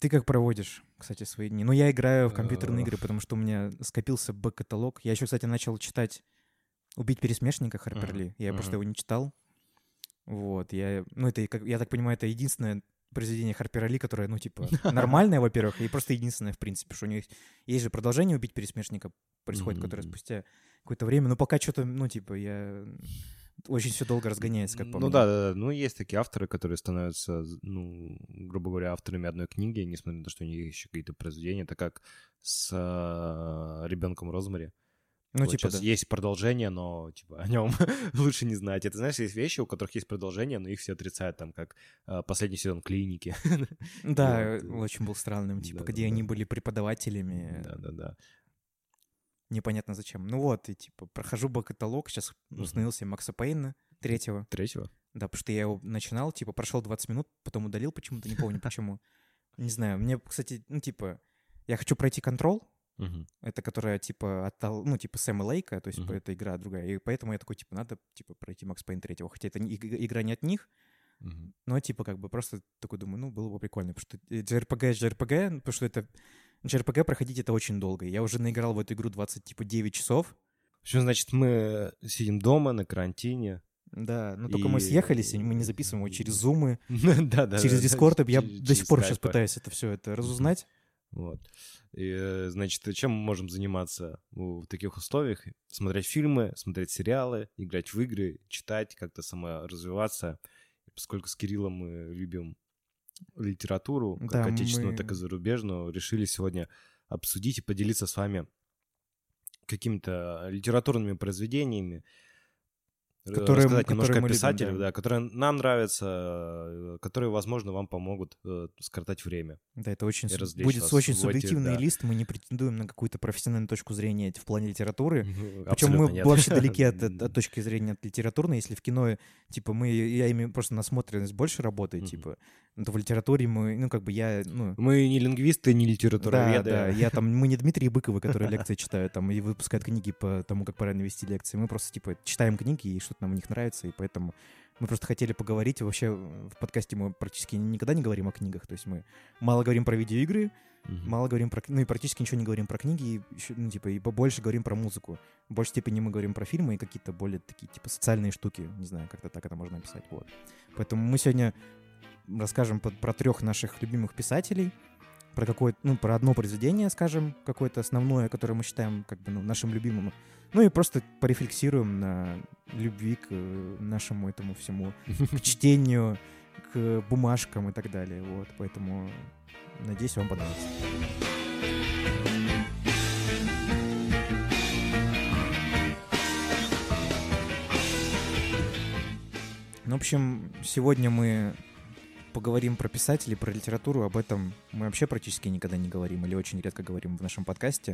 Ты как проводишь, кстати, свои дни? Ну, я играю в компьютерные игры, потому что у меня скопился бэк-каталог. Я еще, кстати, начал читать «Убить пересмешника» Харпер Ли. Я просто его не читал. Вот, ну, это, я так понимаю, это единственное произведение Харпера Ли, которое, ну, типа, нормальное, во-первых, и просто единственное, в принципе, что у него есть же продолжение «Убить пересмешника», происходит, которое спустя какое-то время, но пока что-то, ну, типа, очень все долго разгоняется, как по мне. Ну да. Ну, есть такие авторы, которые становятся, ну, грубо говоря, авторами одной книги, несмотря на то, что у них еще какие-то произведения. Это как с «Ребенком Розмари». Ну, Вот типа, сейчас да. есть продолжение, но, типа, о нем лучше не знать. Это, знаешь, есть вещи, у которых есть продолжение, но их все отрицают, там, как последний сезон «Клиники». Да, очень был странным, типа, где они Да. были преподавателями. Да. Непонятно зачем. Ну вот, и типа прохожу бэк-каталог, сейчас установился Макса Пейна третьего. Да, потому что я его начинал, типа прошел 20 минут, потом удалил почему-то, не помню почему. Не знаю, мне, кстати, ну типа, я хочу пройти Control, это которая типа ну типа Сэма Лейка, то есть это игра другая, и поэтому я такой, типа, надо типа пройти Макс Пейн третьего, хотя это игра не от них, но типа как бы просто такой думаю, ну было бы прикольно, потому что JRPG, потому что это JRPG проходить это очень долго. Я уже наиграл в эту игру 29 часов. Что значит, мы сидим дома на карантине? Да, но только мы съехались, и мы не записываем его через Zoom, да, через Discord. Я до сих пор сейчас пытаюсь это разузнать. Вот. И, значит, чем мы можем заниматься в таких условиях? Смотреть фильмы, смотреть сериалы, играть в игры, читать, как-то саморазвиваться. Поскольку с Кириллом мы любим литературу, как отечественную, так и зарубежную, решили сегодня обсудить и поделиться с вами какими-то литературными произведениями, рассказать немножко о писателях, да, которые нам нравятся, которые, возможно, вам помогут скоротать время. Да, это будет очень субъективный лист, мы не претендуем на какую-то профессиональную точку зрения в плане литературы. Причем мы вообще далеки от точки зрения от литературной. Если в кино, типа, я имею просто насмотренность больше работает, типа, то в литературе мы, ну, как бы я, ну... Мы не лингвисты, не литературоведы. Да, мы не Дмитрий Быковы, которые лекции читают там и выпускают книги по тому, как правильно вести лекции. Мы просто, типа, читаем книги, и что-то нам в них нравится, и поэтому мы просто хотели поговорить. Вообще в подкасте мы практически никогда не говорим о книгах, то есть мы мало говорим про видеоигры, мало говорим про... Ну и практически ничего не говорим про книги, и еще, ну, типа, и побольше говорим про музыку. В большей степени мы говорим про фильмы и какие-то более такие, типа, социальные штуки, не знаю, как-то так это можно описать, вот. Поэтому мы сегодня расскажем про 3 наших любимых писателей, про какое-то, ну, про одно произведение, скажем, какое-то основное, которое мы считаем, как бы, ну, нашим любимым. Ну и просто порефлексируем на любви к нашему этому всему, к чтению, к бумажкам и так далее. Вот, поэтому надеюсь, вам понравится. Ну, в общем, сегодня мы поговорим про писателей, про литературу. Об этом мы вообще практически никогда не говорим или очень редко говорим в нашем подкасте.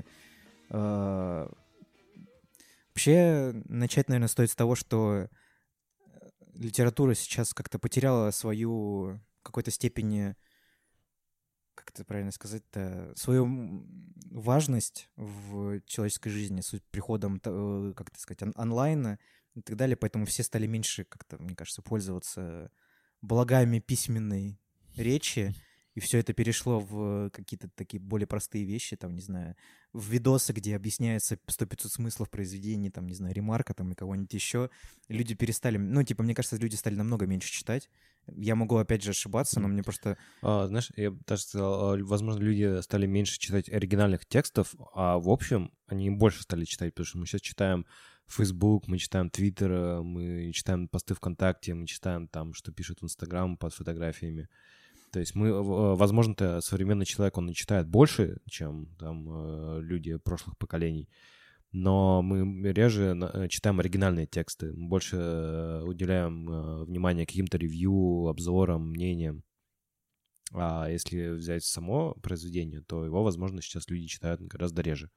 Вообще, начать, наверное, стоит с того, что литература сейчас как-то потеряла свою в какой-то степени, как это правильно сказать-то, свою важность в человеческой жизни с приходом, как это сказать, онлайна и так далее. Поэтому все стали меньше, как-то, мне кажется, пользоваться благами письменной речи, и все это перешло в какие-то такие более простые вещи, там, не знаю, в видосы, где объясняется 100-500 смыслов произведений, там, не знаю, Ремарка там и кого-нибудь еще. Люди перестали, ну, типа, мне кажется, люди стали намного меньше читать. Я могу, опять же, ошибаться, но мне просто... Знаешь, я даже сказал, возможно, люди стали меньше читать оригинальных текстов, а в общем они больше стали читать, потому что мы сейчас читаем Facebook, мы читаем Twitter, мы читаем посты ВКонтакте, мы читаем там, что пишут в Instagram под фотографиями. То есть мы, возможно, современный человек, он и читает больше, чем там люди прошлых поколений, но мы реже читаем оригинальные тексты, мы больше уделяем внимание каким-то ревью, обзорам, мнениям. А если взять само произведение, то его, возможно, сейчас люди читают гораздо реже.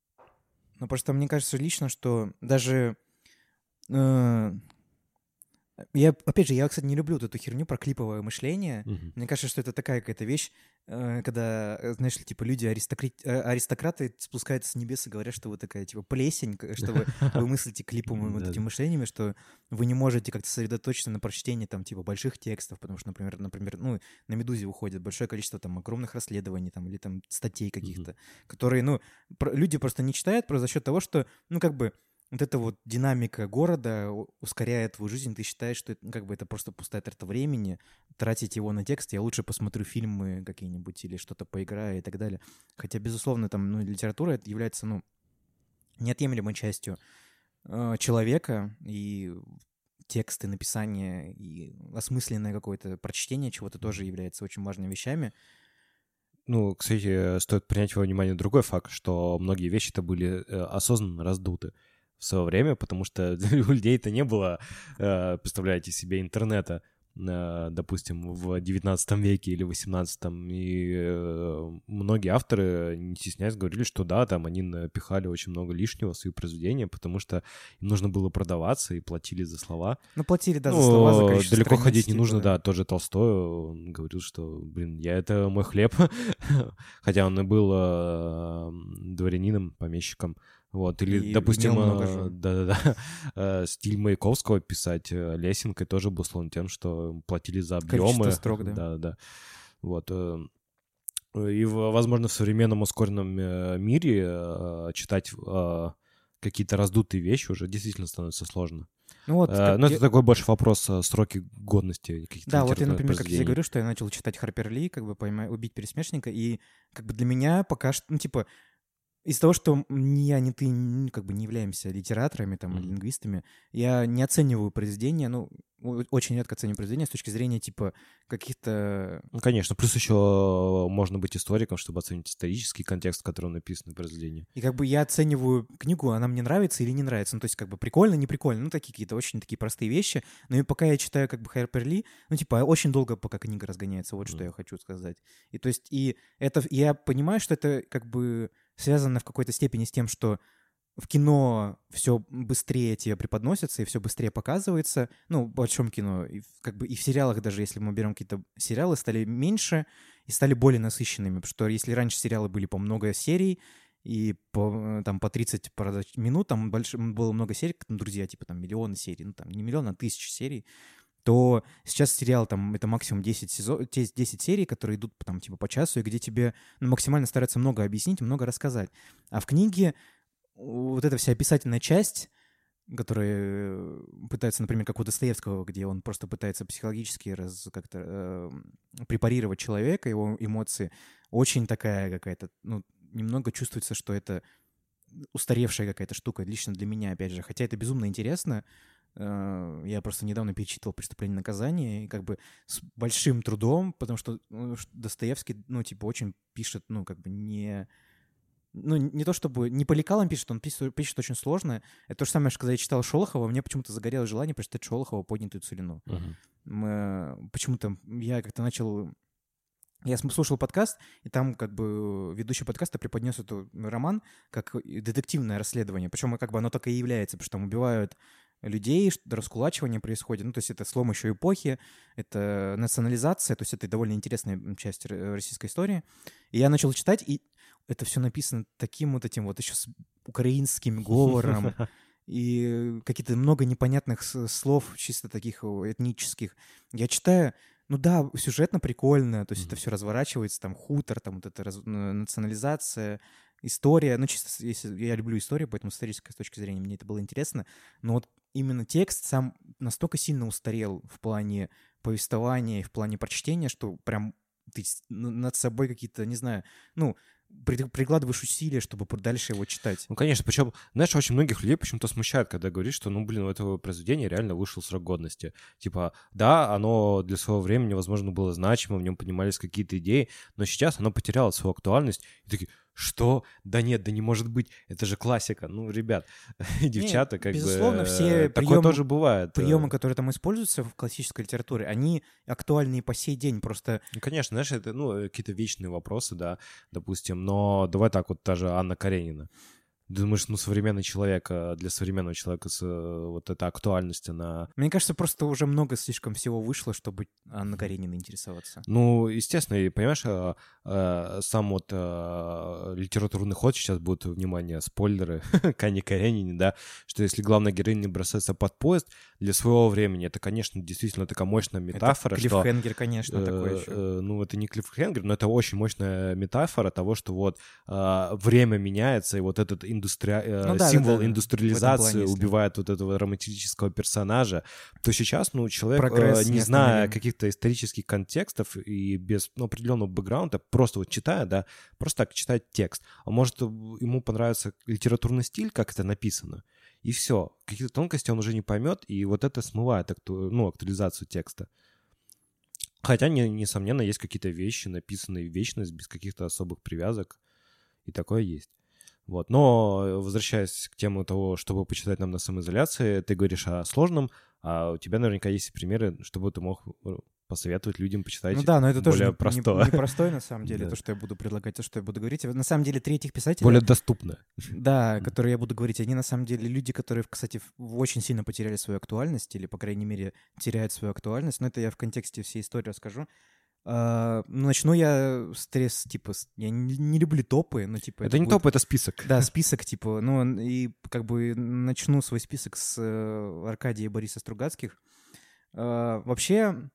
Ну, просто мне кажется лично, что даже Опять же, я, кстати, не люблю вот эту херню про клиповое мышление. Мне кажется, что это такая какая-то вещь, когда, знаешь ли, типа люди, аристократы спускаются с небес и говорят, что вы такая, типа, плесень, что вы мыслите клиповыми вот этими мышлениями, что вы не можете как-то сосредоточиться на прочтении там, типа, больших текстов, потому что, например, ну, на «Медузе» выходит большое количество там огромных расследований там или там статей каких-то, которые, ну, люди просто не читают просто за счет того, что, ну, как бы, вот эта вот динамика города ускоряет твою жизнь, ты считаешь, что это, ну, как бы это просто пустая трата времени, тратить его на текст, я лучше посмотрю фильмы какие-нибудь или что-то поиграю и так далее. Хотя, безусловно, там, ну, литература это является, ну, неотъемлемой частью человека, и тексты, написание и осмысленное какое-то прочтение чего-то тоже является очень важными вещами. Ну, кстати, стоит принять во внимание другой факт, что многие вещи-то были осознанно раздуты в свое время, потому что у людей-то не было, представляете себе, интернета, допустим, в 19 веке или 18, и многие авторы, не стесняясь, говорили, что да, там они напихали очень много лишнего в свои произведения, потому что им нужно было продаваться и платили за слова. Ну, платили, да, за слова, за количество далеко страниц, ходить не типа, нужно, да, тоже Толстой, он говорил, что, блин, это мой хлеб, хотя он и был дворянином, помещиком. Вот, или, И допустим, имел много жен. да-да-да, стиль Маяковского писать лесенкой тоже был словно тем, что платили за объемы. Количество строк, да. Да-да-да. Вот. И, возможно, в современном ускоренном мире читать какие-то раздутые вещи уже действительно становится сложно. Ну, вот, но это такой больше вопрос сроки годности каких-то да, вот я, литературных например, как я тебе произведений. говорю, что я начал читать Харпер Ли, как бы «Убить пересмешника», и как бы для меня пока что, ну, типа, из-за того, что ни я, ни ты как бы не являемся литераторами там, или лингвистами, я не оцениваю произведения, ну, очень редко оцениваю произведения с точки зрения, типа, каких-то... Ну, конечно. Плюс еще можно быть историком, чтобы оценить исторический контекст, в котором написано произведение. И как бы я оцениваю книгу, она мне нравится или не нравится. Ну, то есть, как бы прикольно, не прикольно. Ну, такие какие-то очень такие простые вещи. Но и пока я читаю, как бы, Харпер Ли, ну, типа, очень долго, пока книга разгоняется. Вот что я хочу сказать. И то есть, и это... Я понимаю, что это, как бы, связано в какой-то степени с тем, что в кино все быстрее тебе преподносится и все быстрее показывается. Ну, в большом кино. И как бы и в сериалах даже, если мы берем какие-то сериалы, стали меньше и стали более насыщенными. Потому что если раньше сериалы были по много серий, и там по 30 минут, там было много серий, как там «Друзья», типа там миллионы серий, ну там не миллион, а тысячи серий, то сейчас сериал там это максимум 10 серий, которые идут там типа по часу, и где тебе максимально стараются много объяснить, много рассказать. А в книге вот эта вся описательная часть, которая пытается, например, как у Достоевского, где он просто пытается психологически как-то препарировать человека, его эмоции, очень такая какая-то, ну, немного чувствуется, что это устаревшая какая-то штука, лично для меня, опять же. Хотя это безумно интересно. Я просто недавно перечитывал «Преступление и наказание», и как бы с большим трудом, потому что Достоевский, ну, типа, очень пишет, ну, как бы не... Ну, не то чтобы... Не по лекалам пишет, он пишет очень сложно. Это то же самое, что когда я читал Шолохова, мне почему-то загорелось желание прочитать Шолохова «Поднятую целину». Почему-то я как-то начал... Я слушал подкаст, и там как бы ведущий подкаста преподнес этот роман как детективное расследование. Причем как бы оно так и является, потому что там убивают людей, раскулачивание происходит. Ну, то есть это слом еще эпохи, это национализация, то есть это довольно интересная часть российской истории. И я начал читать, и это все написано таким вот этим вот еще с украинским говором, и какие-то много непонятных слов, чисто таких этнических. Я читаю, ну да, сюжетно прикольно, то есть это все разворачивается, там хутор, там вот эта национализация, история. Ну, чисто, если я люблю историю, поэтому с исторической точки зрения мне это было интересно. Но вот именно текст сам настолько сильно устарел в плане повествования и в плане прочтения, что прям ты над собой какие-то, не знаю, ну, прикладываешь усилия, чтобы дальше его читать. Ну, конечно, причем, знаешь, очень многих людей почему-то смущает, когда говоришь, что, ну, блин, у этого произведения реально вышел срок годности. Типа, да, оно для своего времени, возможно, было значимо, в нем поднимались какие-то идеи, но сейчас оно потеряло свою актуальность. И такие, что? Да нет, да не может быть, это же классика. Ну, ребят, девчата, как безусловно, бы... все такое тоже бывает. Приемы, которые там используются в классической литературе, они актуальны и по сей день, просто... Ну, конечно, знаешь, это, ну, какие-то вечные вопросы, да, допустим, но давай так вот, та же Анна Каренина. думаешь, ну, современный человек, для современного человека вот эта актуальность, она... Мне кажется, просто уже много слишком всего вышло, чтобы Анна Каренина интересоваться. Ну, естественно, и понимаешь, сам вот литературный ход сейчас будет, внимание, спойлеры к Анне Каренине, да, что если главная героиня бросается под поезд для своего времени, это, конечно, действительно такая мощная метафора. Это клиффхенгер, конечно, такой еще. Ну, это не клиффхенгер, но это очень мощная метафора того, что вот время меняется, и вот этот символ индустриализации убивает вот этого романтического персонажа, то сейчас, ну, человек, не зная каких-то исторических контекстов и без определенного бэкграунда, просто вот читая, да, просто так читает текст. А может, ему понравится литературный стиль, как это написано, и все. Какие-то тонкости он уже не поймет, и вот это смывает актуализацию текста. Хотя, несомненно, есть какие-то вещи, написанные в вечность, без каких-то особых привязок, и такое есть. Вот. Но, возвращаясь к теме того, чтобы почитать нам на самоизоляции, ты говоришь о сложном, а у тебя наверняка есть примеры, чтобы ты мог посоветовать людям почитать более простое. Ну да, но это тоже непростое, на самом деле, то, что я буду предлагать, то, что я буду говорить. На самом деле, 3 этих писателя... Более доступное. Да, которые я буду говорить, они на самом деле люди, которые, кстати, очень сильно потеряли свою актуальность, или, по крайней мере, теряют свою актуальность. Но это я в контексте всей истории расскажу. Начну я я не люблю топы, но типа... Это не будет... топы, это список. Да, список, типа, ну, и как бы начну свой список с Аркадия и Бориса Стругацких. Вообще,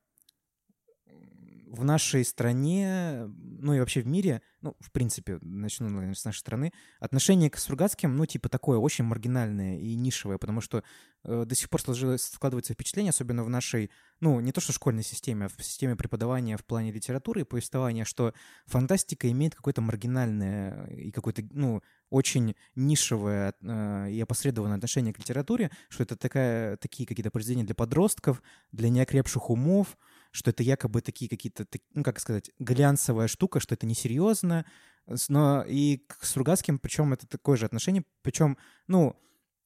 в нашей стране, ну и вообще в мире, ну, в принципе, начну, наверное, с нашей страны, отношение к Стругацким, ну, типа, такое очень маргинальное и нишевое, потому что до сих пор складывается впечатление, особенно в нашей, ну, не то что школьной системе, а в системе преподавания в плане литературы и повествования, что фантастика имеет какое-то маргинальное и какое-то, ну, очень нишевое и опосредованное отношение к литературе, что это такие какие-то произведения для подростков, для неокрепших умов, что это якобы такие какие-то, ну, как сказать, глянцевая штука, что это несерьезно. Но и к Стругацким, причем это такое же отношение, причем, ну,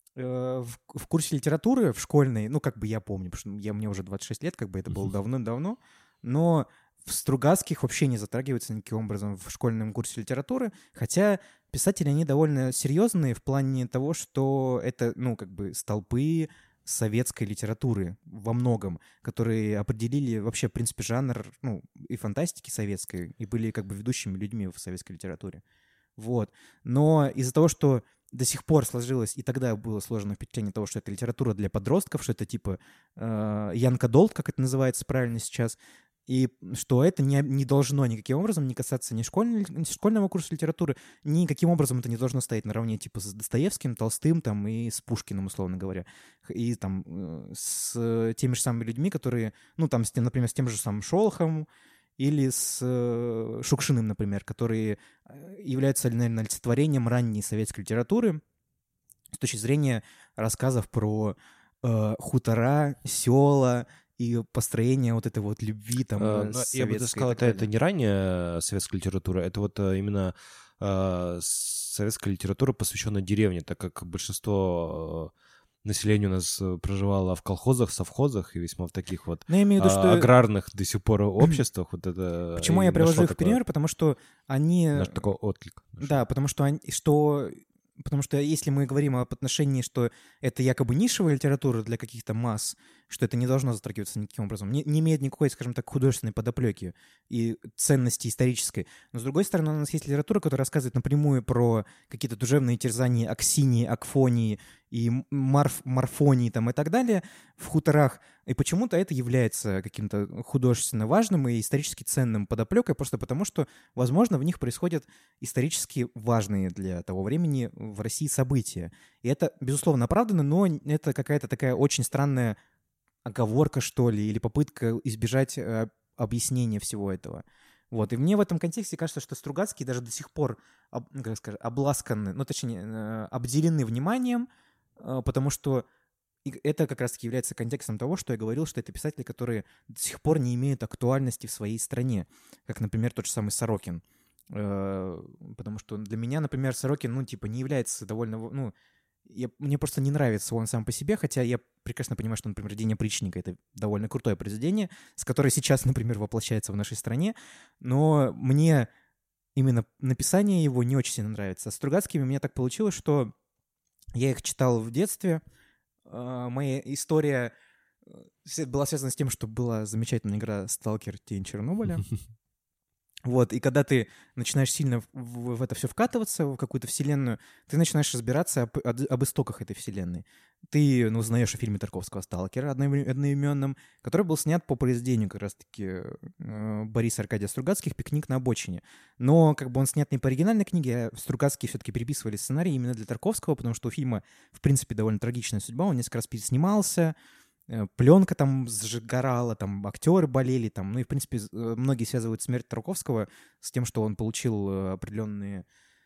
в курсе литературы, в школьной, ну, как бы я помню, потому что мне уже 26 лет, как бы это было давно-давно, но в Стругацких вообще не затрагивается никаким образом в школьном курсе литературы, хотя писатели, они довольно серьезные в плане того, что это, ну, как бы столпы советской литературы во многом, которые определили вообще, в принципе, жанр, ну, и фантастики советской, и были как бы ведущими людьми в советской литературе. Вот. Но из-за того, что до сих пор сложилось, и тогда было сложное впечатление того, что это литература для подростков, что это типа young adult, как это называется правильно сейчас, и что это не должно никаким образом не касаться ни школьного курса литературы, никаким образом это не должно стоять наравне типа с Достоевским, Толстым там, и с Пушкиным, условно говоря. И там с теми же самыми людьми, которые, ну там, например, с тем же самым Шолоховым или с Шукшиным, например, которые являются, наверное, олицетворением ранней советской литературы с точки зрения рассказов про хутора, села, и построение вот этой вот любви там я бы сказал, это не ранняя советская литература, это вот именно советская литература, посвященная деревне, так как большинство населения у нас проживало в колхозах, совхозах и весьма в таких вот аграрных до сих пор обществах. Вот это. Почему я привожу их в пример? Потому что они... Наш такой отклик. Да, потому что если мы говорим об отношении, что это якобы нишевая литература для каких-то масс, что это не должно затрагиваться никаким образом, не имеет никакой, скажем так, художественной подоплеки и ценности исторической. Но, с другой стороны, у нас есть литература, которая рассказывает напрямую про какие-то душевные терзания Аксинии, Акфонии и Марфонии там, и так далее в хуторах. И почему-то это является каким-то художественно важным и исторически ценным подоплекой, просто потому что, возможно, в них происходят исторически важные для того времени в России события. И это, безусловно, оправдано, но это какая-то такая очень странная оговорка, что ли, или попытка избежать объяснения всего этого. Вот. И мне в этом контексте кажется, что Стругацкие даже до сих пор, как сказать, обласканы, ну, точнее, обделены вниманием, потому что это как раз-таки является контекстом того, что я говорил, что это писатели, которые до сих пор не имеют актуальности в своей стране, как, например, тот же самый Сорокин. Потому что для меня, например, Сорокин, ну, типа, не является довольно, ну, мне просто не нравится он сам по себе, хотя я прекрасно понимаю, что, например, «День опричника» — это довольно крутое произведение, с которое сейчас, например, воплощается в нашей стране, но мне именно написание его не очень сильно нравится. А с Стругацкими у меня так получилось, что Я их читал в детстве. Моя история была связана с тем, что была замечательная игра «Сталкер. Тень Чернобыля». Вот, и когда ты начинаешь сильно в это все вкатываться, в какую-то вселенную, ты начинаешь разбираться об истоках этой вселенной. Ты узнаешь о фильме Тарковского «Сталкер» одноименном, который был снят по произведению как раз-таки Бориса Аркадия Стругацких «Пикник на обочине». Но как бы он снят не по оригинальной книге, а Стругацкие все-таки переписывали сценарий именно для Тарковского, потому что у фильма, в принципе, довольно трагичная судьба, он несколько раз переснимался, пленка там сгорала, там актеры болели, там, ну и, в принципе, многие связывают смерть Тарковского с тем, что он получил определенные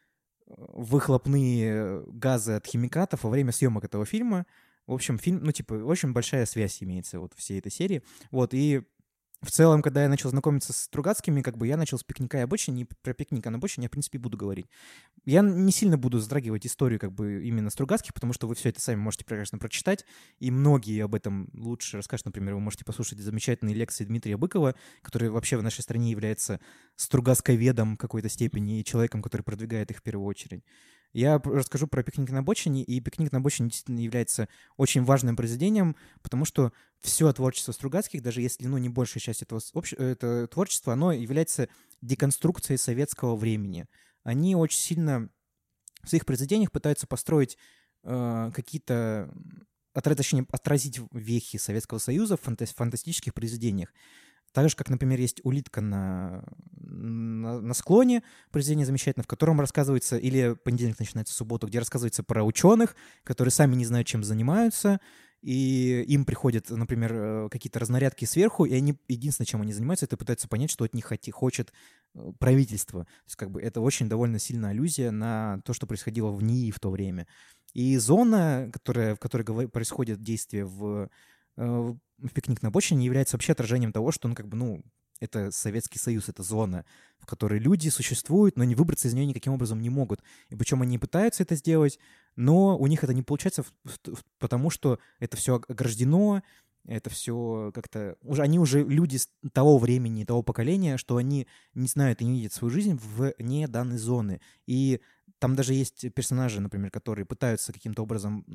выхлопные газы от химикатов во время съемок этого фильма. В общем, фильм, ну, типа, очень большая связь имеется вот всей этой серии. Вот, и в целом, когда я начал знакомиться с Стругацкими, как бы я начал с «Пикника и обочине», и про «Пикник на обочине» я, в принципе, буду говорить. Я не сильно буду затрагивать историю как бы именно Стругацких, потому что вы все это сами можете прекрасно прочитать, и многие об этом лучше расскажут. Например, вы можете послушать замечательные лекции Дмитрия Быкова, который вообще в нашей стране является стругацковедом в какой-то степени и человеком, который продвигает их в первую очередь. Я расскажу про «Пикник на обочине», и «Пикник на обочине» действительно является очень важным произведением, потому что все творчество Стругацких, даже если, ну, не большая часть этого творчества, оно является деконструкцией советского времени. Они очень сильно в своих произведениях пытаются построить какие-то, точнее, отразить вехи Советского Союза в фантастических произведениях. Так же, как, например, есть «Улитка на склоне», произведение замечательное, в котором рассказывается, или «Понедельник начинается в субботу», где рассказывается про ученых, которые сами не знают, чем занимаются, и им приходят, например, какие-то разнарядки сверху, и они единственное, чем они занимаются, это пытаются понять, что от них хочет правительство. То есть как бы это очень довольно сильная аллюзия на то, что происходило в НИИ в то время. И зона, в которой происходит действие в «Пикник на обочине», является вообще отражением того, что, ну, как бы, ну, это Советский Союз, это зона, в которой люди существуют, но не выбраться из нее никаким образом не могут. И причем они пытаются это сделать, но у них это не получается, потому что это все ограждено, это все как-то... Они уже люди того времени, того поколения, что они не знают и не видят свою жизнь вне данной зоны. И там даже есть персонажи, например, которые пытаются каким-то образом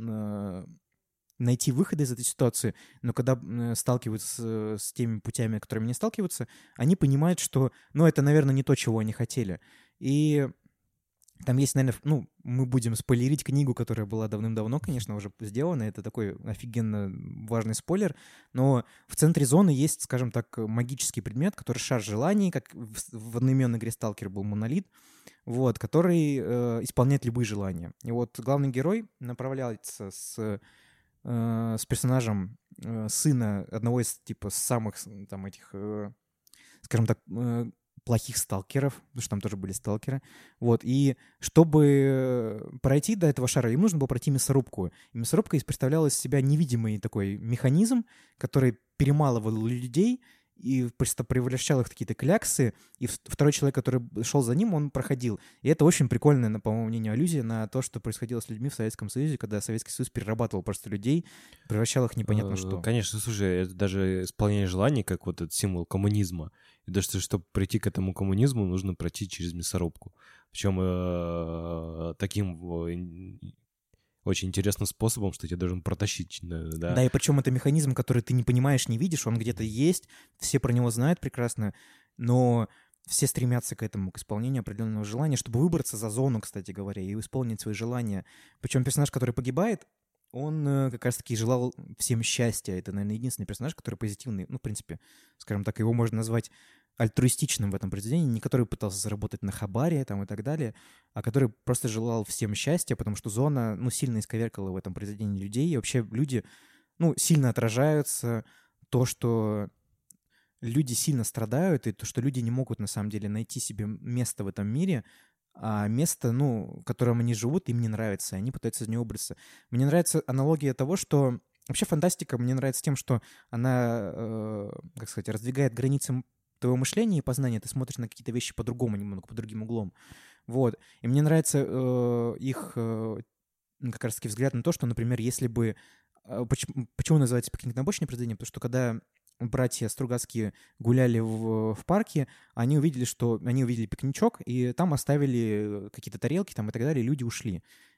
найти выходы из этой ситуации, но когда сталкиваются с теми путями, которыми они сталкиваются, они понимают, что, ну, это, наверное, не то, чего они хотели. И там есть, наверное, ну, мы будем спойлерить книгу, которая была давным-давно, конечно, уже сделана, это такой офигенно важный спойлер, но в центре зоны есть, скажем так, магический предмет, который шар желаний, как в одноименной игре «Сталкер» был монолит, вот, который исполняет любые желания. И вот главный герой направляется с персонажем сына одного из, типа, самых там этих, скажем так, плохих сталкеров, потому что там тоже были сталкеры. Вот, и чтобы пройти до этого шара, им нужно было пройти мясорубку. И мясорубка представляла из себя невидимый такой механизм, который перемалывал людей и просто превращал их в какие-то кляксы, и второй человек, который шел за ним, он проходил. И это очень прикольная, по моему мнению, аллюзия на то, что происходило с людьми в Советском Союзе, когда Советский Союз перерабатывал просто людей, превращал их непонятно что. Конечно, слушай, это даже исполнение желаний, как вот этот символ коммунизма. И даже чтобы прийти к этому коммунизму, нужно пройти через мясорубку. Причем таким очень интересным способом, что тебя должен протащить. Да. Да, и причем это механизм, который ты не понимаешь, не видишь, он где-то есть, все про него знают прекрасно, но все стремятся к этому, к исполнению определенного желания, чтобы выбраться за зону, кстати говоря, и исполнить свои желания. Причем персонаж, который погибает, он как раз-таки желал всем счастья. Это, наверное, единственный персонаж, который позитивный. Ну, в принципе, скажем так, его можно назвать альтруистичным в этом произведении, не который пытался заработать на хабаре там, и так далее, а который просто желал всем счастья, потому что зона, ну, сильно исковеркала в этом произведении людей, и вообще люди, ну, сильно отражаются то, что люди сильно страдают, и то, что люди не могут, на самом деле, найти себе место в этом мире, а место, ну, в котором они живут, им не нравится, и они пытаются из него выбраться. Мне нравится аналогия того, что вообще фантастика мне нравится тем, что она, как сказать, раздвигает границы твоего мышления и познания, ты смотришь на какие-то вещи по-другому, немного, под другим углом. Вот. И мне нравится их как раз-таки взгляд на то, что, например, если бы... Почему называется «Пикник на обочине» произведение? Потому что когда братья Стругацкие гуляли в парке, они увидели пикничок, и там оставили какие-то тарелки там, и так далее, и люди ушли.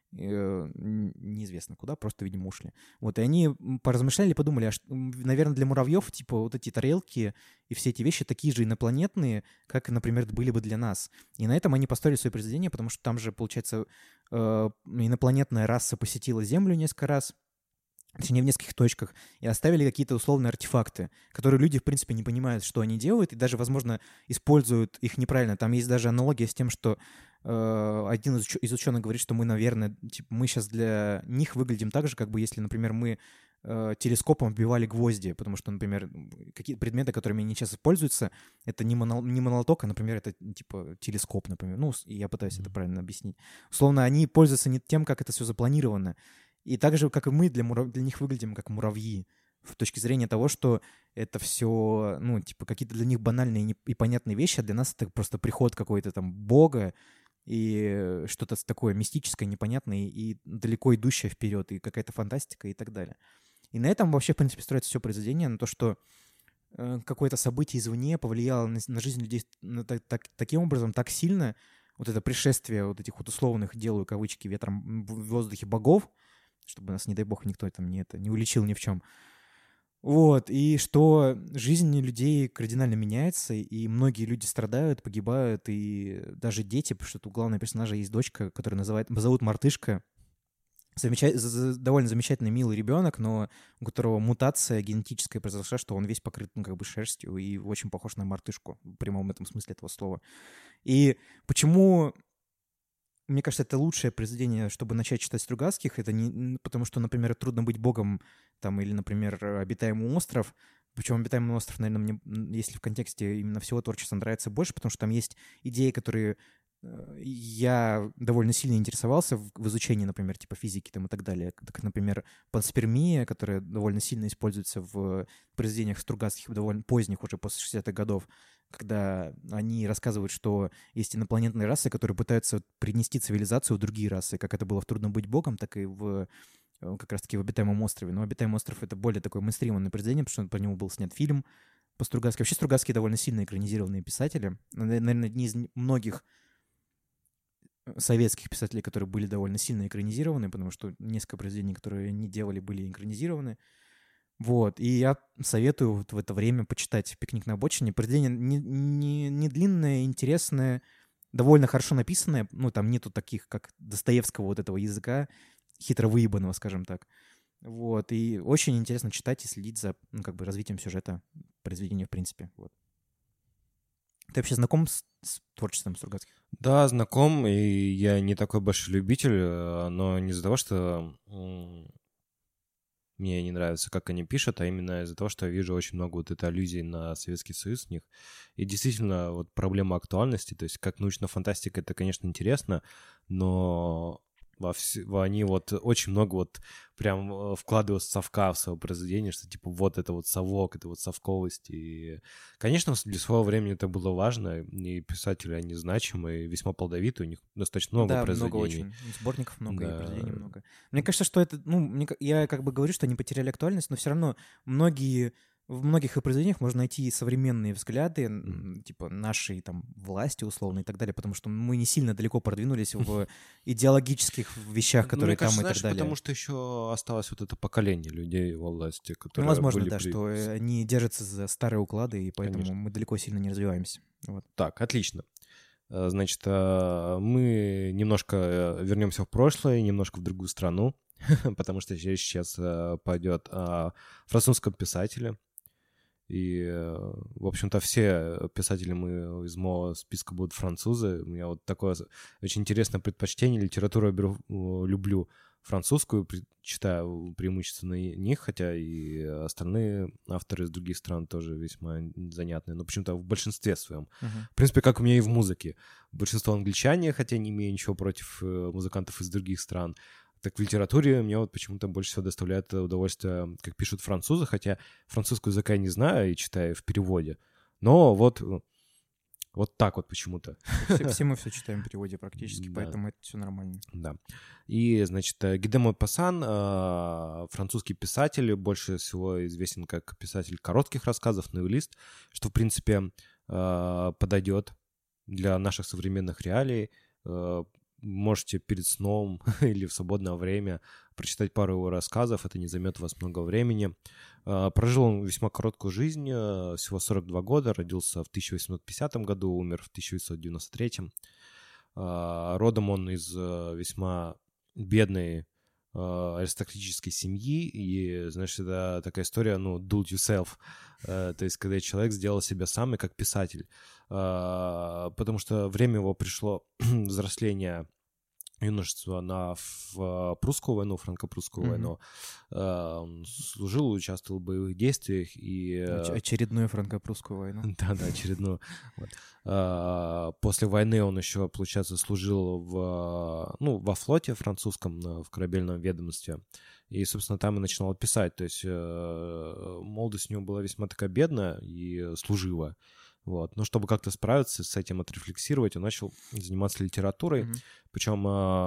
неизвестно куда, просто, видимо, ушли. Вот, и они поразмышляли, подумали, наверное, для муравьев, типа, вот эти тарелки и все эти вещи такие же инопланетные, как, например, были бы для нас. И на этом они построили свое произведение, потому что там же, получается, инопланетная раса посетила Землю несколько раз, точнее, в нескольких точках, и оставили какие-то условные артефакты, которые люди, в принципе, не понимают, что они делают, и даже, возможно, используют их неправильно. Там есть даже аналогия с тем, что один из ученых говорит, что мы, наверное, типа, мы сейчас для них выглядим так же, как бы если, например, мы телескопом вбивали гвозди, потому что, например, какие-то предметы, которыми они сейчас используются, это не монолоток, а, например, это типа телескоп, например. Ну, я пытаюсь это правильно объяснить. Условно, они пользуются не тем, как это все запланировано. И так же, как и мы, для них выглядим как муравьи. С точки зрения того, что это все, ну, типа, какие-то для них банальные и понятные вещи, а для нас это просто приход какой-то там бога и что-то такое мистическое, непонятное и далеко идущее вперед, и какая-то фантастика и так далее. И на этом вообще, в принципе, строится все произведение, на то, что какое-то событие извне повлияло на жизнь людей таким образом, так сильно, вот это пришествие вот этих вот условных, делаю кавычки, ветром в воздухе богов, чтобы нас, не дай бог, никто там не уличил ни в чем. Вот, и что жизнь людей кардинально меняется, и многие люди страдают, погибают, и даже дети, потому что у главного персонажа есть дочка, которую зовут Мартышка. Довольно замечательный, милый ребенок, но у которого мутация генетическая произошла, что он весь покрыт, ну, как бы шерстью и очень похож на мартышку в прямом этом смысле этого слова. И почему... Мне кажется, это лучшее произведение, чтобы начать читать Стругацких. Это не потому, что, например, «Трудно быть богом», там, или, например, «Обитаемый остров». Причем «Обитаемый остров», наверное, мне, если в контексте именно всего творчества, нравится больше, потому что там есть идеи, которые я довольно сильно интересовался в изучении, например, типа физики там и так далее. Как, например, панспермия, которая довольно сильно используется в произведениях Стругацких, довольно поздних, уже после 60-х годов, когда они рассказывают, что есть инопланетные расы, которые пытаются принести цивилизацию в другие расы, как это было в «Трудно быть богом», так и как раз-таки в «Обитаемом острове». Но «Обитаемый остров» — это более такое мейнстримное произведение, потому что по нему был снят фильм по Стругацким. Вообще Стругацкие довольно сильно экранизированные писатели. Наверное, одни из многих советских писателей, которые были довольно сильно экранизированы, потому что несколько произведений, которые они делали, были экранизированы. Вот, и я советую вот в это время почитать «Пикник на обочине». Произведение не длинное, интересное, довольно хорошо написанное. Ну, там нету таких, как Достоевского вот этого языка, хитро выебанного, скажем так. Вот, и очень интересно читать и следить за, ну, как бы развитием сюжета произведения в принципе. Вот. Ты вообще знаком с творчеством Стругацких? Да, знаком, и я не такой большой любитель, но не из-за того, что мне не нравится, как они пишут, а именно из-за того, что я вижу очень много вот этой аллюзий на Советский Союз в них. И действительно, вот проблема актуальности, то есть как научная фантастика, это, конечно, интересно, но они вот очень много вот прям вкладывают совка в свое произведение, что типа вот это вот совок, это вот совковость. И, конечно, для своего времени это было важно, и писатели, они значимые, весьма плодовитые, у них достаточно много произведений. Да, много очень. Сборников много, да. И произведений много. Мне кажется, что это, ну, я как бы говорю, что они потеряли актуальность, но все равно в многих их произведениях можно найти современные взгляды, типа нашей там власти условно и так далее, потому что мы не сильно далеко продвинулись в идеологических вещах, которые там и так далее. Потому что еще осталось вот это поколение людей во власти, которые возможно, да, что они держатся за старые уклады, и поэтому мы далеко сильно не развиваемся. Вот. Так, отлично. Значит, мы немножко вернемся в прошлое, немножко в другую страну, потому что речь сейчас пойдет о французском писателе. И, в общем-то, все писатели из моего списка будут французы. У меня вот такое очень интересное предпочтение. Литературу я люблю французскую, читаю преимущественно них, хотя и остальные авторы из других стран тоже весьма занятные, но почему-то в большинстве своем. В принципе, как у меня и в музыке. Большинство англичане, хотя не имею ничего против музыкантов из других стран. Так в литературе мне вот почему-то больше всего доставляет удовольствие, как пишут французы, хотя французского языка я не знаю и читаю в переводе. Но вот так вот почему-то. Все мы все читаем в переводе практически, да. Поэтому это все нормально. Да. И, значит, Ги де Мопассан, французский писатель, больше всего известен как писатель коротких рассказов, новеллист, что, в принципе, подойдет для наших современных реалий. можете перед сном или в свободное время прочитать пару его рассказов, это не займет у вас много времени. Прожил он весьма короткую жизнь, всего 42 года, родился в 1850 году, умер в 1993. Родом он из весьма бедной аристократической семьи, и, знаешь, это такая история, do it yourself, то есть когда человек сделал себя сам и как писатель, потому что время его пришло взросления, юношества в прусскую войну, франко-прусскую войну. Он служил, участвовал в боевых действиях. И очередную франко-прусскую войну. Да, очередную. Вот. После войны он еще, получается, служил во флоте французском, в корабельном ведомстве. И, собственно, там и начинал писать. То есть молодость у него была весьма такая бедная и служивая. Вот. Но чтобы как-то справиться с этим, отрефлексировать, он начал заниматься литературой. Причем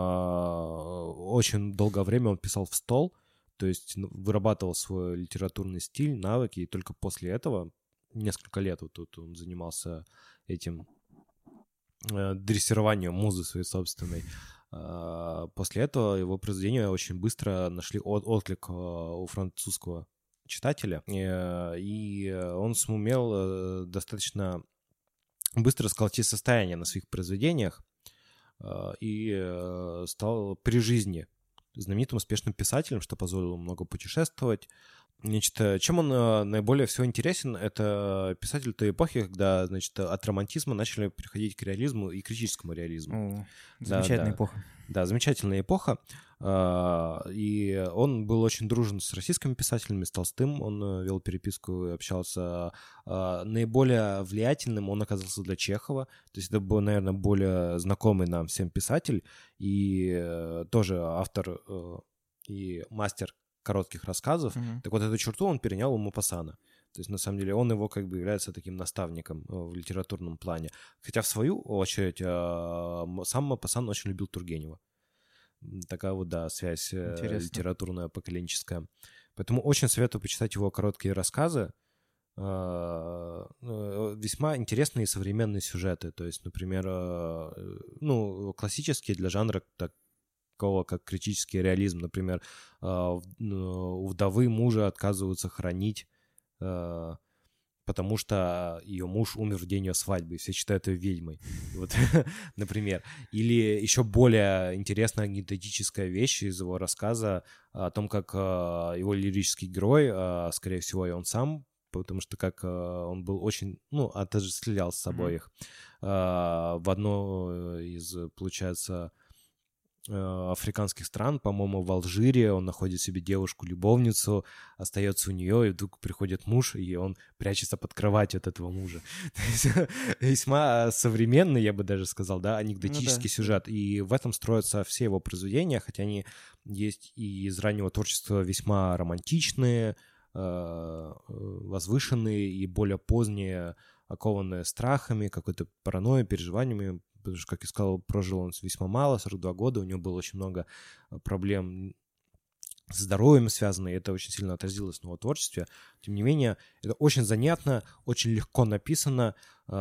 очень долгое время он писал в стол, то есть вырабатывал свой литературный стиль, навыки, и только после этого, несколько лет вот тут он занимался этим дрессированием музы своей собственной. После этого его произведения очень быстро нашли отклик у французского читателя, и он сумел достаточно быстро сколотить состояние на своих произведениях и стал при жизни знаменитым успешным писателем, что позволило ему много путешествовать. Значит, чем он наиболее всего интересен, это писатель той эпохи, когда, значит, от романтизма начали переходить к реализму и критическому реализму. Замечательная эпоха. Да, замечательная эпоха. И он был очень дружен с российскими писателями, с Толстым. Он вел переписку и общался. Наиболее влиятельным он оказался для Чехова. То есть это был, наверное, более знакомый нам всем писатель и тоже автор и мастер коротких рассказов. Так вот, эту черту он перенял у Мопассана. То есть, на самом деле, он его как бы является таким наставником в литературном плане. Хотя, в свою очередь, сам Мопассан очень любил Тургенева. Такая вот, да, связь литературная, поколенческая. Поэтому очень советую почитать его короткие рассказы. Весьма интересные современные сюжеты. То есть, например, классические для жанра такого, как критический реализм. Например, у вдовы мужа отказываются хоронить, потому что ее муж умер в день ее свадьбы, и все считают ее ведьмой. Вот, например. Или еще более интересная анекдотическая вещь из его рассказа о том, как его лирический герой, скорее всего, и он сам, потому что как он был очень, отождествлял с собой их. В одно из, получается, африканских стран, по-моему, в Алжире, он находит себе девушку-любовницу, остается у нее, и вдруг приходит муж, и он прячется под кроватью от этого мужа. Весьма современный, я бы даже сказал, да, анекдотический сюжет. И в этом строятся все его произведения, хотя они есть и из раннего творчества весьма романтичные, возвышенные и более поздние, окованные страхами, какой-то паранойей, переживаниями, потому что, как я сказал, прожил он весьма мало, 42 года, у него было очень много проблем с здоровьем связано, и это очень сильно отразилось на его творчестве. Тем не менее, это очень занятно, очень легко написано,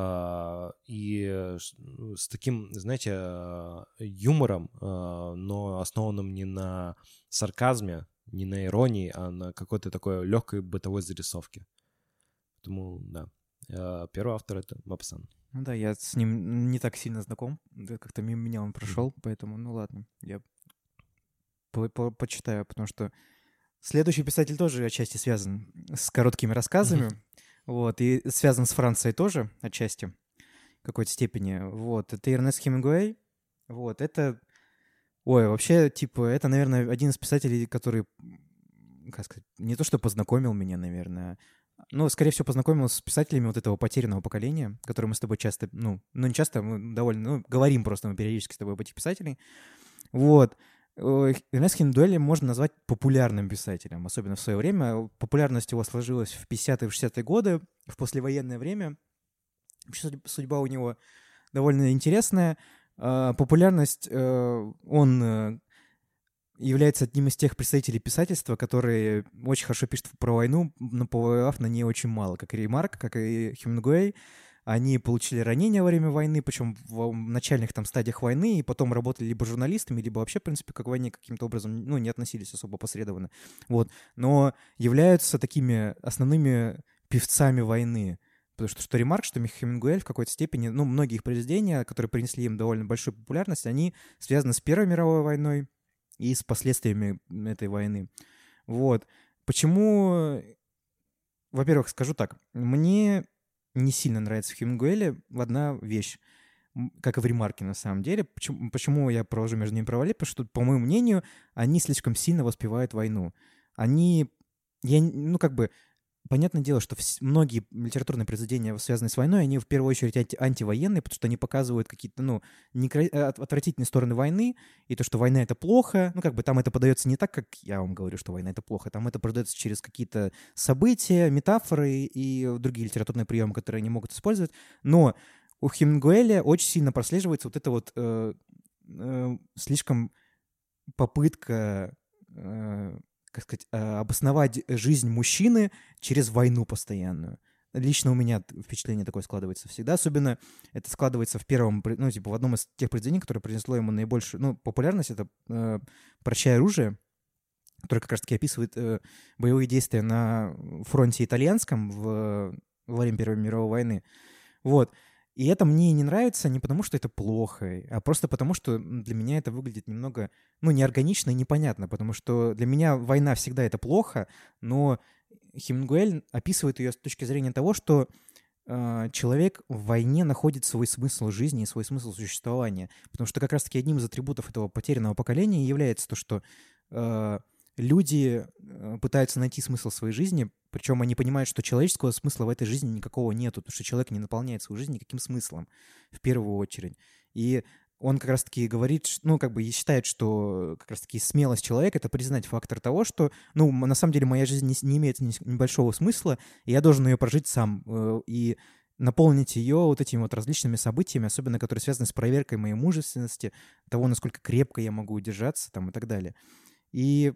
и с таким, знаете, юмором, но основанным не на сарказме, не на иронии, а на какой-то такой легкой бытовой зарисовке. Поэтому, да, первый автор — это Мопассан. Ну да, я с ним не так сильно знаком, как-то мимо меня он прошел, поэтому, ладно, я почитаю, потому что следующий писатель тоже отчасти связан с короткими рассказами, вот, и связан с Францией тоже отчасти, в какой-то степени, вот, это Эрнест Хемингуэй, вот, это, вообще, типа, это, наверное, один из писателей, который, как сказать, не то что познакомил меня, наверное, скорее всего, познакомился с писателями вот этого потерянного поколения, которые мы с тобой часто, не часто, мы довольно, говорим просто, мы периодически с тобой об этих писателей. Вот. Эрнест Хемингуэй можно назвать популярным писателем, особенно в свое время. Популярность его сложилась в 50-е, 60-е годы, в послевоенное время. Судьба у него довольно интересная. Популярность, он является одним из тех представителей писательства, которые очень хорошо пишут про войну, но повоевав на ней очень мало, как и Ремарк, как и Хемингуэй. они получили ранения во время войны, причем в начальных там стадиях войны, и потом работали либо журналистами, либо вообще, в принципе, к войне каким-то образом, ну, не относились особо опосредованно. Вот. Но являются такими основными певцами войны. Потому что Ремарк, что Хемингуэй в какой-то степени, ну, многие их произведения, которые принесли им довольно большую популярность, они связаны с Первой мировой войной и с последствиями этой войны. Вот. Почему... Во-первых, скажу так. Мне не сильно нравится в Хемингуэе одна вещь, как и в Ремарке на самом деле. Почему я провожу между ними параллель? Потому что, по моему мнению, они слишком сильно воспевают войну. Понятное дело, что многие литературные произведения, связанные с войной, они в первую очередь антивоенные, потому что они показывают какие-то, отвратительные стороны войны, и то, что война — это плохо. Там это подается не так, как я вам говорю, что война — это плохо. Там это подается через какие-то события, метафоры и другие литературные приемы, которые они могут использовать. Но у Хемингуэя очень сильно прослеживается вот эта слишком попытка... обосновать жизнь мужчины через войну постоянную. Лично у меня впечатление такое складывается всегда. Особенно это складывается в в одном из тех произведений, которое принесло ему наибольшую популярность. Это «Прощай оружие», которое как раз-таки описывает боевые действия на фронте итальянском во время Первой мировой войны. Вот. И это мне не нравится не потому, что это плохо, а просто потому, что для меня это выглядит немного, неорганично и непонятно, потому что для меня война всегда это плохо, но Хемингуэй описывает ее с точки зрения того, что человек в войне находит свой смысл жизни и свой смысл существования, потому что как раз-таки одним из атрибутов этого потерянного поколения является то, что люди пытаются найти смысл своей жизни, причем они понимают, что человеческого смысла в этой жизни никакого нету, потому что человек не наполняет свою жизнь никаким смыслом, в первую очередь. И он как раз-таки говорит, и считает, что как раз-таки смелость человека — это признать фактор того, что, на самом деле моя жизнь не имеет небольшого смысла, и я должен ее прожить сам, и наполнить ее вот этими вот различными событиями, особенно которые связаны с проверкой моей мужественности, того, насколько крепко я могу удержаться там, и так далее. И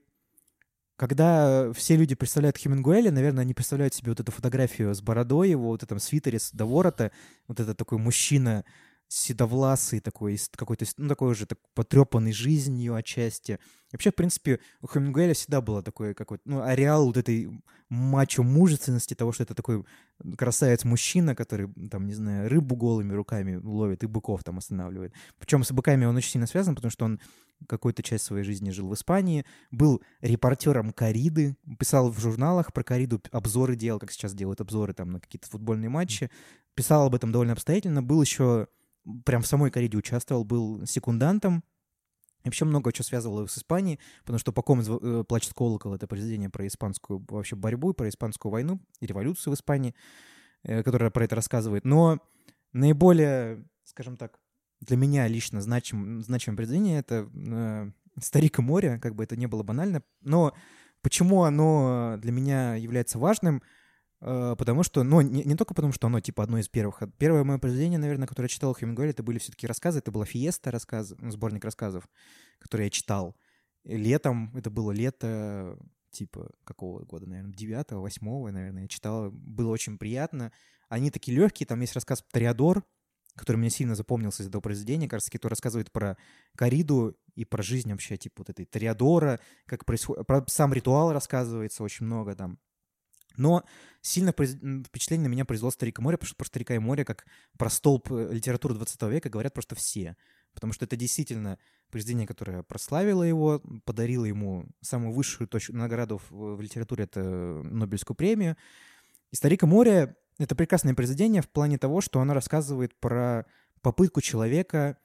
когда все люди представляют Хемингуэя, наверное, они представляют себе вот эту фотографию с бородой его, вот этом свитере до ворота, вот это такой мужчина седовласый, такой какой-то, такой уже потрепанный жизнью отчасти. Вообще, в принципе, у Хемингуэя всегда было такой какой-то, ареал вот этой мачо-мужественности, того, что это такой красавец-мужчина, который, там, не знаю, рыбу голыми руками ловит и быков там останавливает. Причем с быками он очень сильно связан, потому что он какую-то часть своей жизни жил в Испании, был репортером «Корриды», писал в журналах про «Корриду», обзоры делал, как сейчас делают обзоры там на какие-то футбольные матчи, писал об этом довольно обстоятельно, был еще, прям в самой «Корриде» участвовал, был секундантом, и вообще много чего связывало его с Испанией, потому что «По ком плачет колокол» — это произведение про испанскую вообще борьбу, про испанскую войну и революцию в Испании, которая про это рассказывает. Но наиболее, скажем так, для меня лично значимое произведение — это «Старик и море», как бы это ни было банально. Но почему оно для меня является важным? Потому что, не только потому, что оно типа одно из первых. Первое мое произведение, наверное, которое я читал у Хемингуэя, это были все-таки рассказы. Это была «Фиеста», сборник рассказов, который я читал летом. Это было лето, типа, какого года, наверное, 9-го, 8-го, наверное, я читал. Было очень приятно. Они такие легкие. Там есть рассказ «Тореадор», который мне сильно запомнился из этого произведения. Кажется, который рассказывает про Корриду и про жизнь вообще, типа, вот этой Тореадора, как происходит, про сам ритуал рассказывается очень много там. Но сильно впечатление на меня произвело «Старик и море», потому что про «Старика и море», как про столб литературы 20 века, говорят просто все. Потому что это действительно произведение, которое прославило его, подарило ему самую высшую награду в литературе — это Нобелевскую премию. И «Старик и море» — это прекрасное произведение в плане того, что оно рассказывает про попытку человека,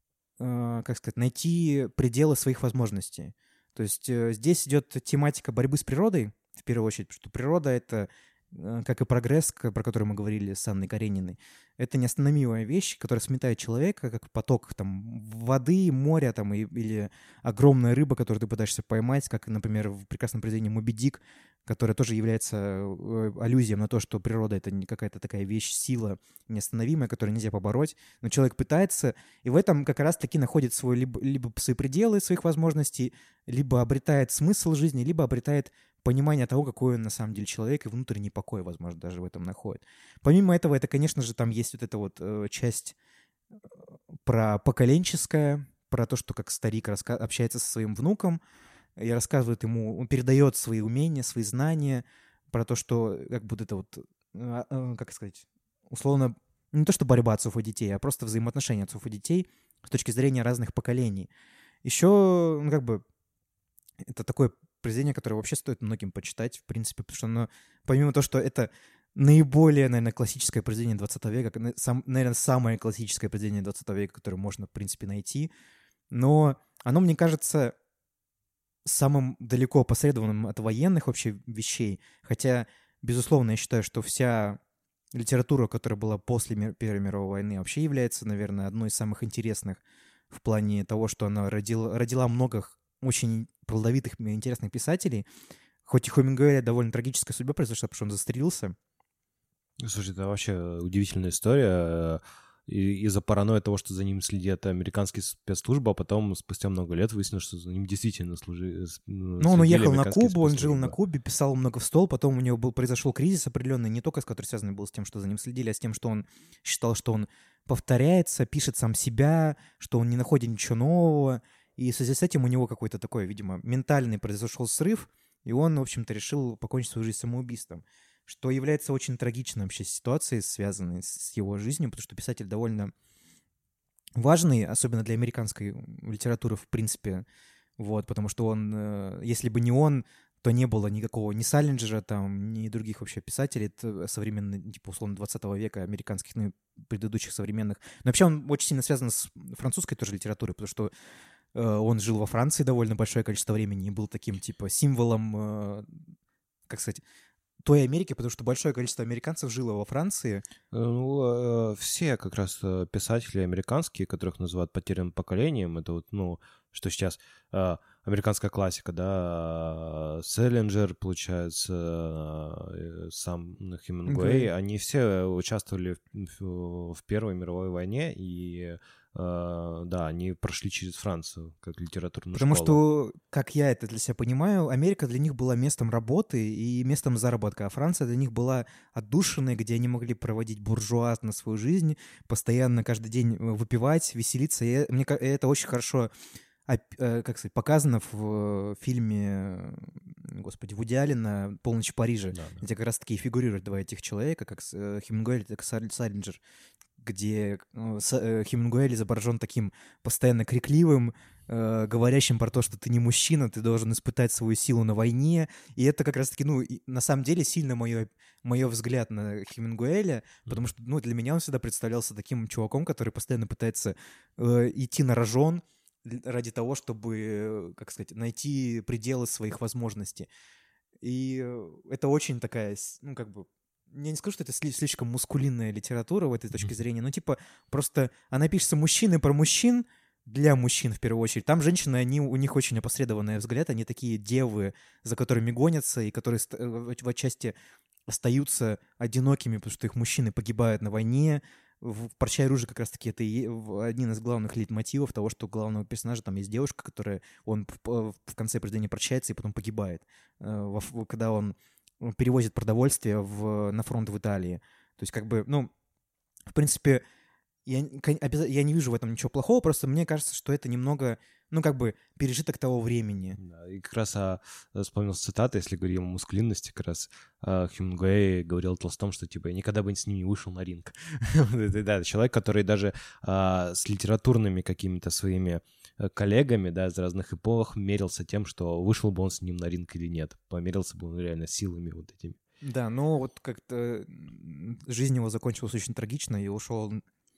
найти пределы своих возможностей. То есть здесь идет тематика борьбы с природой, в первую очередь, потому что природа — это, как и прогресс, про который мы говорили с Анной Карениной, это неостановимая вещь, которая сметает человека, как поток там, воды, моря там, или огромная рыба, которую ты пытаешься поймать, как, например, в прекрасном произведении «Моби Дик», которое тоже является аллюзией на то, что природа — это не какая-то такая вещь, сила неостановимая, которую нельзя побороть, но человек пытается, и в этом как раз-таки находит либо свои пределы своих возможностей, либо обретает смысл жизни, либо обретает понимание того, какой он на самом деле человек, и внутренний покой, возможно, даже в этом находит. Помимо этого, это, конечно же, там есть вот эта вот часть про поколенческое, про то, что как старик общается со своим внуком и рассказывает ему, он передает свои умения, свои знания, про то, что как будто это вот, как сказать, условно, не то что борьба отцов и детей, а просто взаимоотношения отцов и детей с точки зрения разных поколений. Еще, ну, как бы, это такое произведение, которое вообще стоит многим почитать, в принципе, потому что оно, помимо того, что это наиболее, наверное, классическое произведение 20 века, наверное, самое классическое произведение 20 века, которое можно, в принципе, найти, но оно, мне кажется, самым далеко опосредованным от военных вообще вещей, хотя, безусловно, я считаю, что вся литература, которая была после Первой мировой войны, вообще является, наверное, одной из самых интересных в плане того, что она родила много очень плодовитых и интересных писателей. Хоть и Хемингуэя довольно трагическая судьба произошла, потому что он застрелился. Слушай, это вообще удивительная история. Из-за паранойи того, что за ним следят американские спецслужбы, а потом спустя много лет выяснилось, что за ним действительно служили. Ну, он уехал на Кубу, он жил на Кубе, писал много в стол, потом у него произошел кризис определенный, не только с который связан был с тем, что за ним следили, а с тем, что он считал, что он повторяется, пишет сам себя, что он не находит ничего нового, и в связи с этим у него какой-то такой, видимо, ментальный произошел срыв, и он, в общем-то, решил покончить свою жизнь самоубийством, что является очень трагичной вообще ситуацией, связанной с его жизнью, потому что писатель довольно важный, особенно для американской литературы, в принципе, вот, потому что он, если бы не он, то не было никакого ни Саллинджера, там, ни других вообще писателей современных, типа, условно, 20 века, американских, ну, предыдущих современных. Но вообще он очень сильно связан с французской тоже литературой, потому что он жил во Франции довольно большое количество времени и был таким, типа, символом, как сказать, той Америки, потому что большое количество американцев жило во Франции. Ну, все как раз писатели американские, которых называют потерянным поколением, это вот, ну, что сейчас американская классика, да, Селлинджер, получается, сам Хемингуэй, они все участвовали в Первой мировой войне, и да, они прошли через Францию как литературную школу. Потому что, как я это для себя понимаю, Америка для них была местом работы и местом заработка, а Франция для них была отдушиной, где они могли проводить буржуазно свою жизнь, постоянно каждый день выпивать, веселиться. И мне это очень хорошо, как сказать, показано в фильме, господи, Вуди Аллена «Полночь в Париже», да. Где как раз-таки фигурируют два этих человека, как Хемингуэй, так и Саллинджер, где Хемингуэй изображен таким постоянно крикливым, говорящим про то, что ты не мужчина, ты должен испытать свою силу на войне. И это как раз-таки, ну, на самом деле сильно мой взгляд на Хемингуэя, потому что, ну, для меня он всегда представлялся таким чуваком, который постоянно пытается идти на рожон ради того, чтобы, как сказать, найти пределы своих возможностей. И это очень такая, ну, как бы, я не скажу, что это слишком мускулинная литература в этой точке зрения, но типа просто она пишется мужчины про мужчин, для мужчин в первую очередь. Там женщины, у них очень опосредованный взгляд, они такие девы, за которыми гонятся, и которые в отчасти остаются одинокими, потому что их мужчины погибают на войне. В «Прощай, ружье» как раз-таки это и один из главных лейтмотивов того, что у главного персонажа там есть девушка, которая он в конце произведения прощается и потом погибает, когда он перевозит продовольствие на фронт в Италии. То есть как бы, ну, в принципе, я не вижу в этом ничего плохого, просто мне кажется, что это немного, ну, как бы пережиток того времени. Да, и как раз вспомнил цитату, если говорим о мускулинности, как раз Хемингуэй говорил Толстому, что типа я никогда бы с ним не вышел на ринг. Да, человек, который даже с литературными какими-то своими коллегами, да, из разных эпох мерился тем, что вышел бы он с ним на ринг или нет. Померился бы он реально силами вот этими. Да, но вот как-то жизнь его закончилась очень трагично, и ушел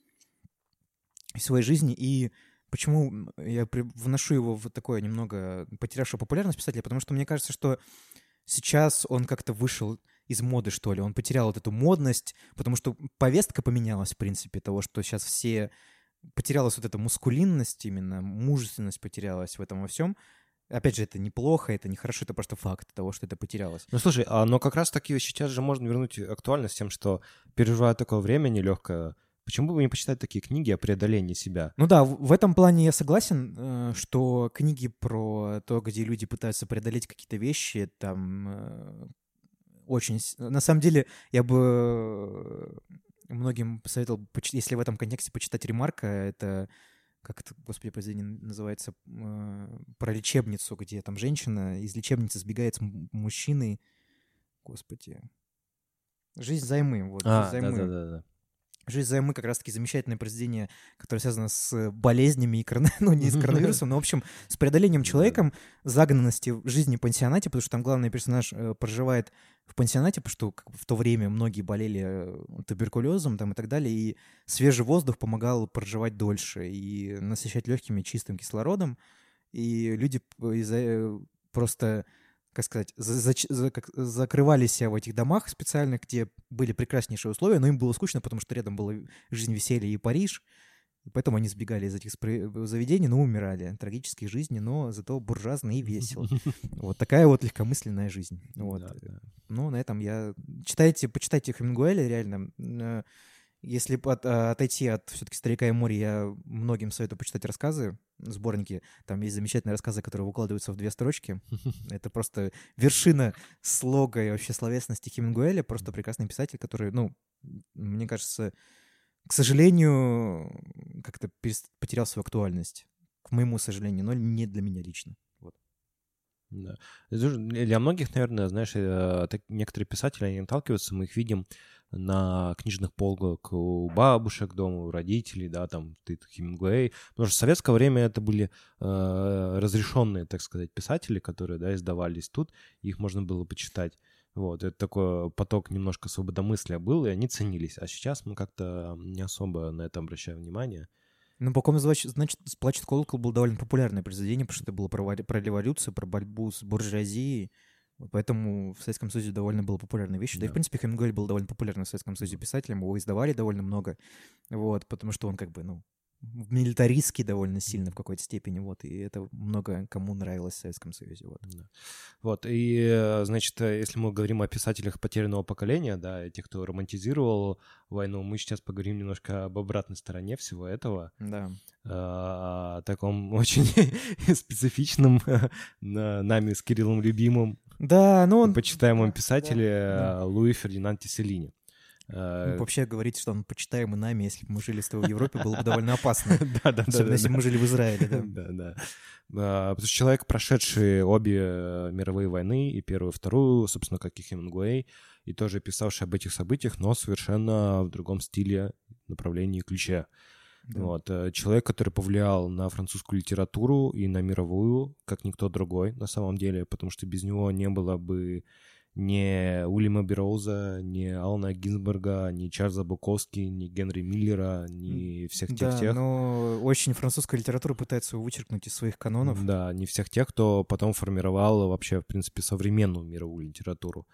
из своей жизни, и почему я вношу его в такое немного потерявшую популярность писателя, потому что мне кажется, что сейчас он как-то вышел из моды, что ли, он потерял вот эту модность, потому что повестка поменялась, в принципе, того, что сейчас все... Потерялась вот эта мускулинность именно, мужественность потерялась в этом во всем. Опять же, это неплохо, это нехорошо, это просто факт того, что это потерялось. Ну, слушай, но как раз-таки сейчас же можно вернуть актуальность тем, что переживая такое время нелегкое, Почему бы не почитать такие книги о преодолении себя? Ну да, в этом плане я согласен, что книги про то, где люди пытаются преодолеть какие-то вещи, там очень... На самом деле, я бы многим посоветовал, если в этом контексте почитать Ремарка, это, как это, господи, произведение называется, про лечебницу, где там женщина из лечебницы сбегает с мужчиной, господи, «Жизнь взаймы», вот, «Жизнь взаймы». Да. «Жизнь взаймы» как раз-таки замечательное произведение, которое связано с болезнями, и ну, не с коронавирусом, но, в общем, с преодолением человеком загнанности в жизни в пансионате, потому что там главный персонаж проживает в пансионате, потому что в то время многие болели туберкулезом там, и так далее, и свежий воздух помогал проживать дольше и насыщать легкими чистым кислородом, и люди просто... как сказать, закрывали себя в этих домах специальных, где были прекраснейшие условия, но им было скучно, потому что рядом была жизнь, веселье и Париж, и поэтому они сбегали из этих заведений, но умирали. Трагические жизни, но зато буржуазно и весело. Вот такая вот легкомысленная жизнь. Вот. Ну, на этом я... Почитайте Хемингуэя, реально. Если отойти от все-таки «Старика и море», я многим советую почитать рассказы, сборники. Там есть замечательные рассказы, которые выкладываются в 2 строчки. Это просто вершина слога и вообще словесности Хемингуэя. Просто прекрасный писатель, который, ну, мне кажется, к сожалению, как-то потерял свою актуальность. К моему сожалению, но не для меня лично. Вот. Да. Для многих, наверное, знаешь, некоторые писатели, они наталкиваются, мы их видим на книжных полках у бабушек дома, у родителей, да, там, Хемингуэй. Потому что в советское время это были разрешенные, так сказать, писатели, которые, да, издавались тут, их можно было почитать. Вот, это такой поток немножко свободомыслия был, и они ценились. А сейчас мы как-то не особо на это обращаем внимание. Ну, по-моему, значит, «Плачет колокол» было довольно популярное произведение, потому что это было про революцию, про борьбу с буржуазией. Поэтому в Советском Союзе довольно была популярная вещь. Да и, в принципе, Хемингуэй был довольно популярным в Советском Союзе писателем. Его издавали довольно много. Вот, потому что он как бы, ну, милитаристский довольно сильно в какой-то степени. Вот, и это много кому нравилось в Советском Союзе. Вот. Да. Вот, и, значит, если мы говорим о писателях потерянного поколения, да, тех, кто романтизировал войну, мы сейчас поговорим немножко об обратной стороне всего этого. Да. О таком очень специфичном, нами с Кириллом любимом, да, ну он... почитаемом писателе Луи Фердинанде Селлини. Ну, вообще говорить, что он почитаемый нами, если бы мы жили с тобой в Европе, было бы довольно опасно. Да. Особенно, если бы мы жили в Израиле, да. Да. Потому что человек, прошедший обе мировые войны, и первую, и вторую, собственно, как и Хемингуэй, и тоже писавший об этих событиях, но совершенно в другом стиле, направлении и ключе. Да. Вот. Человек, который повлиял на французскую литературу и на мировую, как никто другой, на самом деле, потому что без него не было бы ни Уильяма Берроуза, ни Алана Гинзбурга, ни Чарльза Буковски, ни Генри Миллера, ни всех тех. Да, но очень французская литература пытается его вычеркнуть из своих канонов. Да, не всех тех, кто потом формировал вообще, в принципе, современную мировую литературу.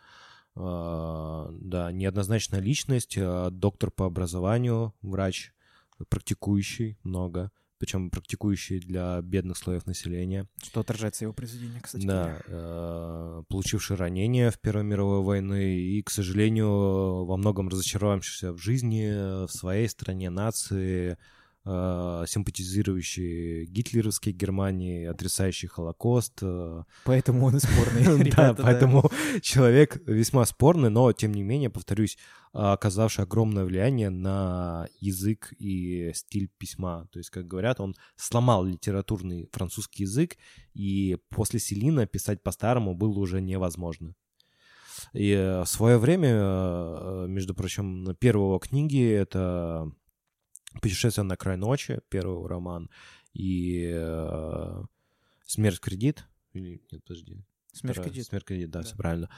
Да, неоднозначная личность, доктор по образованию, врач, практикующий много, причем практикующий для бедных слоев населения. Что отражается его произведение, кстати. Да, получивший ранения в Первой мировой войне и, к сожалению, во многом разочаровавшийся в жизни, в своей стране, нации, симпатизирующий гитлеровской Германии, отрицающий Холокост. Поэтому он и спорный. Да, поэтому человек весьма спорный, но, тем не менее, повторюсь, оказавший огромное влияние на язык и стиль письма. То есть, как говорят, он сломал литературный французский язык, и после Селлина писать по-старому было уже невозможно. И в свое время, между прочим, первые его книги — это «Путешествие на край ночи», первый роман, и «Смерть в кредит». Или нет, подожди. «Смерть в кредит». «Смерть в кредит», да, все правильно.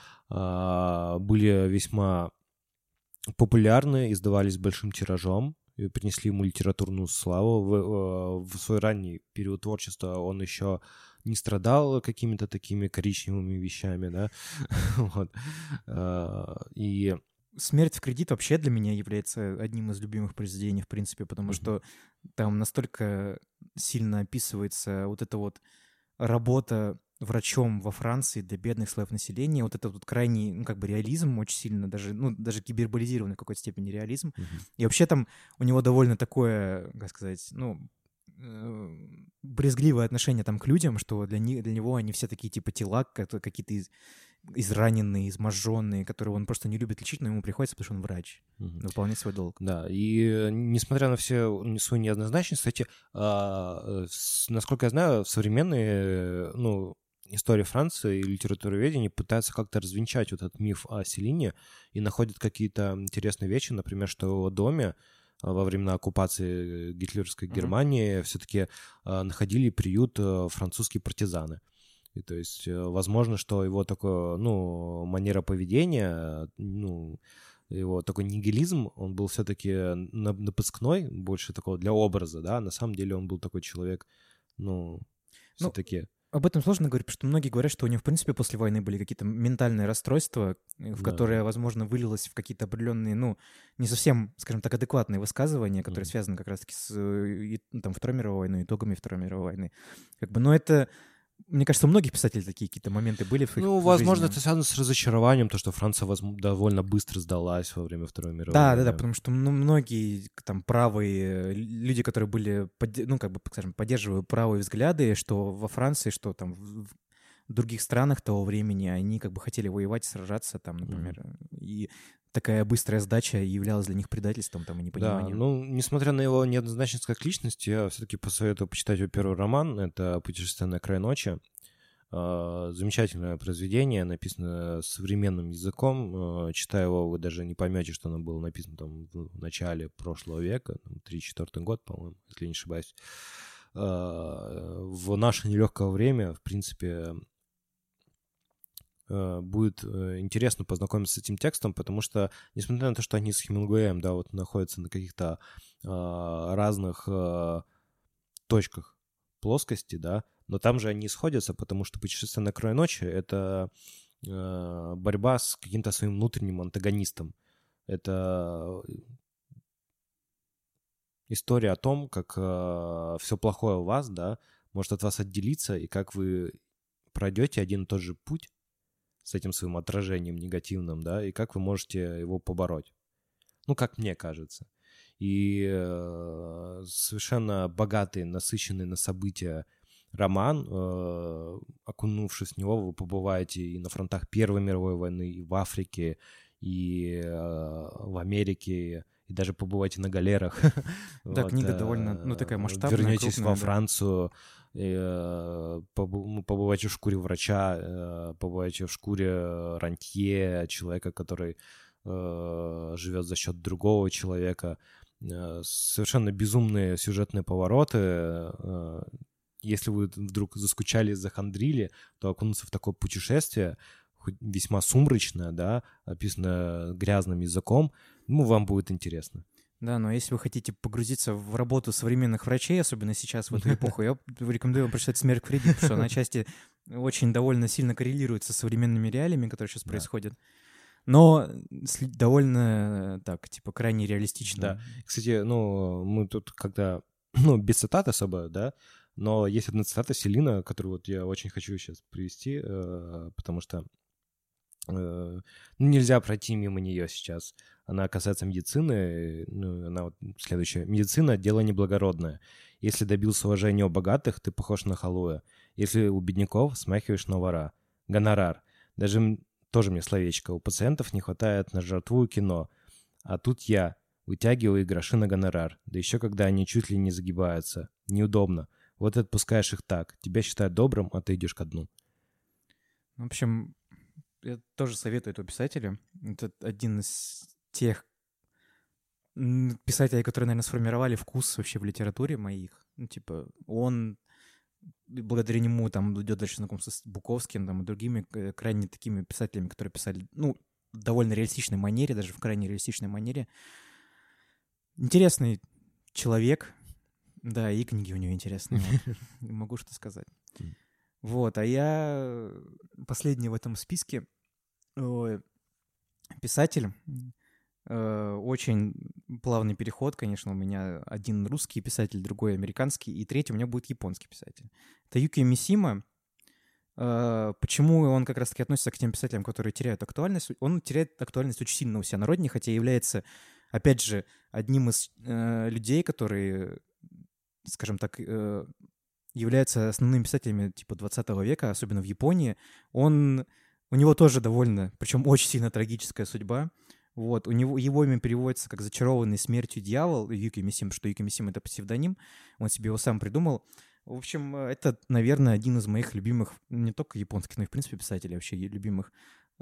Были весьма популярны, издавались большим тиражом, и принесли ему литературную славу. В свой ранний период творчества он еще не страдал какими-то такими коричневыми вещами, да. Вот. И «Смерть в кредит» вообще для меня является одним из любимых произведений, в принципе, потому что там настолько сильно описывается вот эта вот работа врачом во Франции для бедных слоев населения. Вот этот вот крайний, ну, как бы реализм очень сильно, даже гиперболизированный в какой-то степени реализм. И вообще там у него довольно такое, как сказать, ну, брезгливое отношение там к людям, что для него они все такие типа тела, какие-то израненные, изможженные, которые он просто не любит лечить, но ему приходится, потому что он врач, выполнять свой долг. Да, и несмотря на всю свою неоднозначность, кстати, насколько я знаю, в современной, ну, истории Франции и литературоведения пытаются как-то развенчать вот этот миф о Селине и находят какие-то интересные вещи, например, что в его доме во времена оккупации гитлеровской Германии все-таки находили приют французские партизаны. И то есть, возможно, что его такое, ну, манера поведения, ну, его такой нигилизм, он был все-таки напускной, больше такого для образа, да, на самом деле он был такой человек, ну, все-таки... Об этом сложно говорить, потому что многие говорят, что у него, в принципе, после войны были какие-то ментальные расстройства, в которые, возможно, вылилось в какие-то определенные, ну, не совсем, скажем так, адекватные высказывания, которые связаны как раз-таки с там, Второй мировой войной, итогами Второй мировой войны. Как бы, но это... Мне кажется, у многих писателей такие какие-то моменты были в их Ну, возможно, жизни. это связано с разочарованием, то, что Франция довольно быстро сдалась во время Второй мировой войны. Да, потому что многие там правые люди, которые были, ну, как бы, скажем, поддерживают правые взгляды, что во Франции, что там в других странах того времени, они как бы хотели воевать, сражаться там, например, и такая быстрая сдача являлась для них предательством там и непониманием. Да, ну, несмотря на его неоднозначность как личность, я все-таки посоветую почитать его первый роман, это «Путешествие на край ночи». Замечательное произведение, написано современным языком. Читая его, вы даже не поймете, что оно было написано там в начале прошлого века, 34-й год, по-моему, если не ошибаюсь. В наше нелегкое время, в принципе, будет интересно познакомиться с этим текстом, потому что, несмотря на то, что они с Хемингуэем, да, вот находятся на каких-то разных точках плоскости, да, но там же они сходятся, потому что «Путешествие на край ночи» — это борьба с каким-то своим внутренним антагонистом. Это история о том, как все плохое у вас, да, может от вас отделиться, и как вы пройдете один и тот же путь с этим своим отражением негативным, да, и как вы можете его побороть. Ну, как мне кажется. И совершенно богатый, насыщенный на события роман, окунувшись в него, вы побываете и на фронтах Первой мировой войны, и в Африке, и в Америке, и даже побываете на галерах. Да, книга довольно, ну, такая масштабная, вернетесь крупная, во Францию, побывайте в шкуре врача, побывайте в шкуре рантье, человека, который живет за счет другого человека. Совершенно безумные сюжетные повороты. Если вы вдруг заскучали, захандрили, то окунуться в такое путешествие, весьма сумрачное, да, описано грязным языком, ну, вам будет интересно. Да, но если вы хотите погрузиться в работу современных врачей, особенно сейчас, в эту эпоху, я рекомендую вам прочитать «Смерть Фредди», потому что она отчасти очень довольно сильно коррелирует со современными реалиями, которые сейчас происходят. Но довольно так, типа, крайне реалистично. Да. Кстати, ну, мы тут когда... Ну, без цитат особо, да, но есть одна цитата Селина, которую вот я очень хочу сейчас привести, потому что нельзя пройти мимо нее сейчас. Она касается медицины, ну, она вот следующая. «Медицина — дело неблагородное. Если добился уважения у богатых, ты похож на халуя. Если у бедняков, смахиваешь на вора. Гонорар. Даже тоже мне словечко. У пациентов не хватает на жратву и кино. А тут я вытягиваю гроши на гонорар. Да еще когда они чуть ли не загибаются. Неудобно. Вот и отпускаешь их так. Тебя считают добрым, а ты идешь ко дну». В общем, я тоже советую этого писателя. Это один из тех писателей, которые, наверное, сформировали вкус вообще в литературе моих. Ну, типа, он, благодаря нему, там, идет дальше знакомство с Буковским, там, и другими крайне такими писателями, которые писали, ну, в довольно реалистичной манере, даже в крайне реалистичной манере. Интересный человек, да, и книги у него интересные. Могу что сказать. Вот, а я последний в этом списке писатель. Очень плавный переход, конечно, у меня один русский писатель, другой американский, и третий у меня будет японский писатель. Это Юкио Мисима. Почему он как раз-таки относится к тем писателям, которые теряют актуальность? Он теряет актуальность очень сильно у себя на родине, хотя является, опять же, одним из людей, которые, скажем так, являются основными писателями типа 20 века, особенно в Японии. У него тоже довольно, причем очень сильно трагическая судьба. Вот, его имя переводится как «Зачарованный смертью дьявол» Юки Мисима, что Юки Мисима — это псевдоним, он себе его сам придумал. В общем, это, наверное, один из моих любимых, не только японских, но и, в принципе, писателей вообще любимых.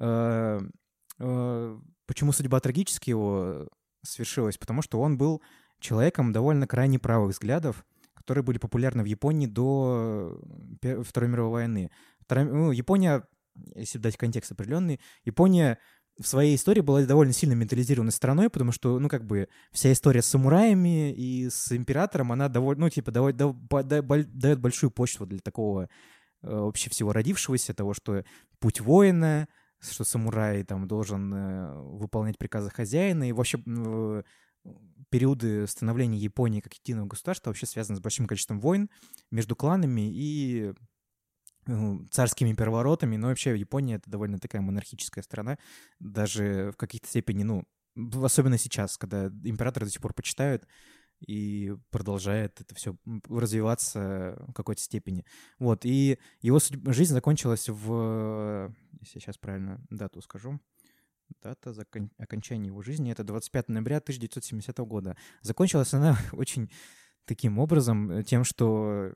Почему судьба трагически его свершилась? Потому что он был человеком довольно крайне правых взглядов, которые были популярны в Японии до Второй мировой войны. Япония, если дать контекст определенный, Япония в своей истории была довольно сильно ментализированной страной, потому что, ну, как бы, вся история с самураями и с императором, она довольно, ну, типа, дает большую почву для такого вообще всего родившегося, того, что путь воина, что самурай там должен выполнять приказы хозяина, и вообще периоды становления Японии как единого государства вообще связаны с большим количеством войн между кланами и царскими переворотами, но вообще Япония — это довольно такая монархическая страна, даже в каких-то степени, ну, особенно сейчас, когда императора до сих пор почитают и продолжает это все развиваться в какой-то степени. Вот, и его жизнь закончилась если я сейчас правильно дату скажу, дата окончания его жизни — это 25 ноября 1970 года. Закончилась она очень таким образом, тем, что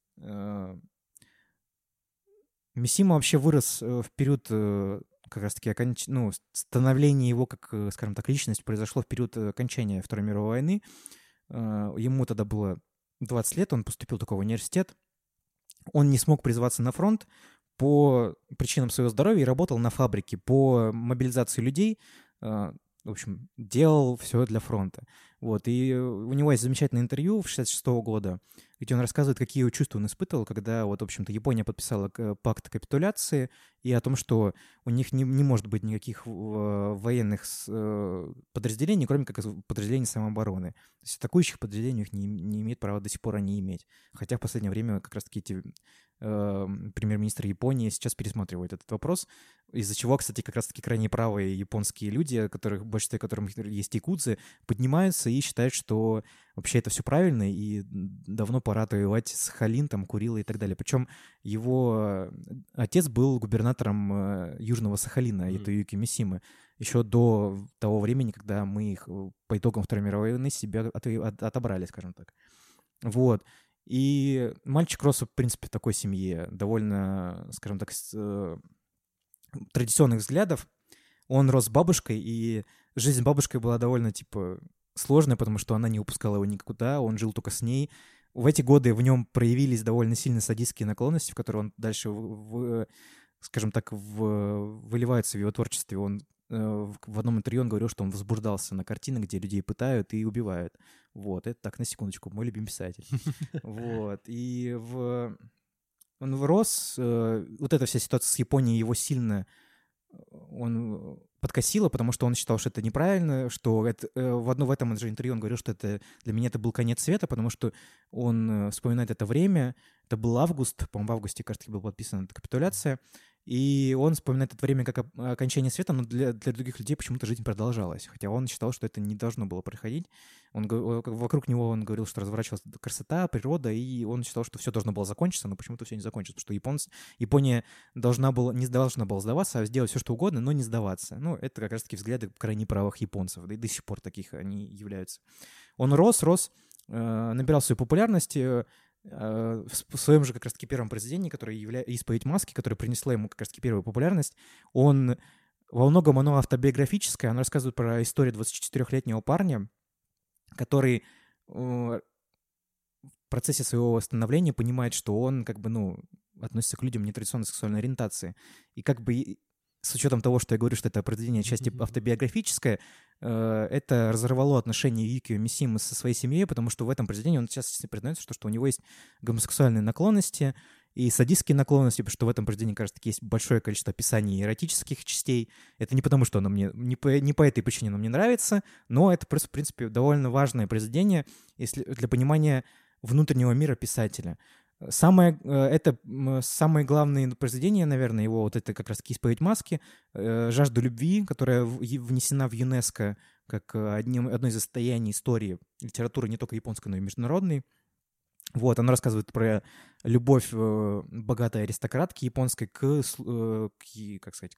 Мисима вообще вырос в период как раз-таки становления его, как, скажем так, личность произошло в период окончания Второй мировой войны. Ему тогда было 20 лет, он поступил только в университет. Он не смог призваться на фронт по причинам своего здоровья и работал на фабрике по мобилизации людей. В общем, делал все для фронта. Вот. И у него есть замечательное интервью 1966 года, где он рассказывает, какие чувства он испытывал, когда, вот, в общем-то, Япония подписала пакт капитуляции, и о том, что у них не может быть никаких военных подразделений, кроме как подразделений самообороны. То есть атакующих подразделений у них не имеет права до сих пор они иметь. Хотя в последнее время как раз-таки эти премьер-министр Японии сейчас пересматривает этот вопрос, из-за чего, кстати, как раз-таки крайне правые японские люди, большинство которых есть якудзы, поднимаются и считают, что вообще это все правильно, и давно пора воевать с Сахалин, там, Курилой и так далее. Причем его отец был губернатором Южного Сахалина, это Юки Мисимы, еще до того времени, когда мы их по итогам Второй мировой войны себя отобрали, скажем так. Вот. И мальчик рос, в принципе, в такой семье, довольно, скажем так, традиционных взглядов. Он рос с бабушкой, и жизнь с бабушкой была довольно, типа, сложная, потому что она не выпускала его никуда, он жил только с ней. В эти годы в нем проявились довольно сильно садистские наклонности, в которые он дальше, скажем так, выливается в его творчестве. Он в одном интервью он говорил, что он возбуждался на картинах, где людей пытают и убивают. Вот, это так, на секундочку, мой любимый писатель. Вот, и он рос, вот эта вся ситуация с Японией его сильно он подкосило, потому что он считал, что это неправильно, что в этом же интервью он говорил, что для меня это был конец света, потому что он вспоминает это время, это был август, по-моему, в августе, кажется, была подписана эта капитуляция, и он вспоминает это время как окончание света, но для других людей почему-то жизнь продолжалась, хотя он считал, что это не должно было происходить. Вокруг него он говорил, что разворачивалась красота, природа, и он считал, что все должно было закончиться, но почему-то все не закончилось, потому что Япония не должна была сдаваться, а сделать все, что угодно, но не сдаваться. Ну, это как раз-таки взгляды крайне правых японцев, да и до сих пор таких они являются. Он рос, набирал свою популярность, в своем же как раз-таки первом произведении, которое «Исповедь маски», которое принесло ему как раз-таки первую популярность, во многом оно автобиографическое, оно рассказывает про историю 24-летнего парня, который в процессе своего становления понимает, что он как бы, относится к людям нетрадиционной сексуальной ориентации. И как бы с учетом того, что я говорю, что это произведение отчасти автобиографическое, это разорвало отношения Юкио Мисимы со своей семьей, потому что в этом произведении он сейчас признается, что у него есть гомосексуальные наклонности и садистские наклонности, потому что в этом произведении, кажется, есть большое количество описаний эротических частей. Это не потому, что оно мне не по этой причине оно мне нравится, но это просто, в принципе, довольно важное произведение для понимания внутреннего мира писателя. Это самое главное произведение, наверное, его вот это как раз-таки «Исповедь маски», «Жажда любви», которая внесена в ЮНЕСКО как одно из состояний истории литературы не только японской, но и международной. Вот, она рассказывает про любовь богатой аристократки японской как сказать,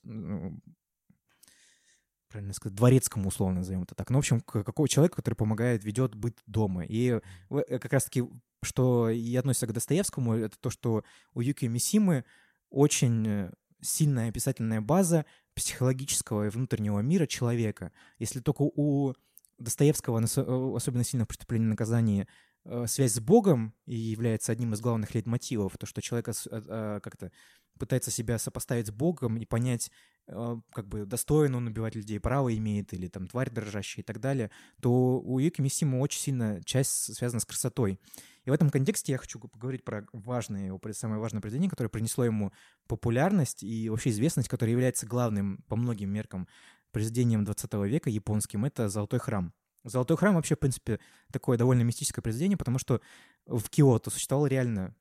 правильно сказать, дворецкому, условно назовем это так. Ну, в общем, какого человека, который помогает, ведет быт дома. И как раз-таки, что и относится к Достоевскому, это то, что у Юкио Мисимы очень сильная описательная база психологического и внутреннего мира человека. Если только у Достоевского, особенно сильно в «Преступлении и наказании», связь с Богом и является одним из главных лейтмотивов, то, что человек как-то пытается себя сопоставить с Богом и понять, как бы достоин он убивать людей, право имеет, или там тварь дрожащая и так далее, то у Юки Мисимы очень сильно часть связана с красотой. И в этом контексте я хочу поговорить про самое важное произведение, которое принесло ему популярность и вообще известность, которое является главным по многим меркам произведением 20 века японским, это «Золотой храм». «Золотой храм» вообще, в принципе, такое довольно мистическое произведение, потому что в Киото существовал реально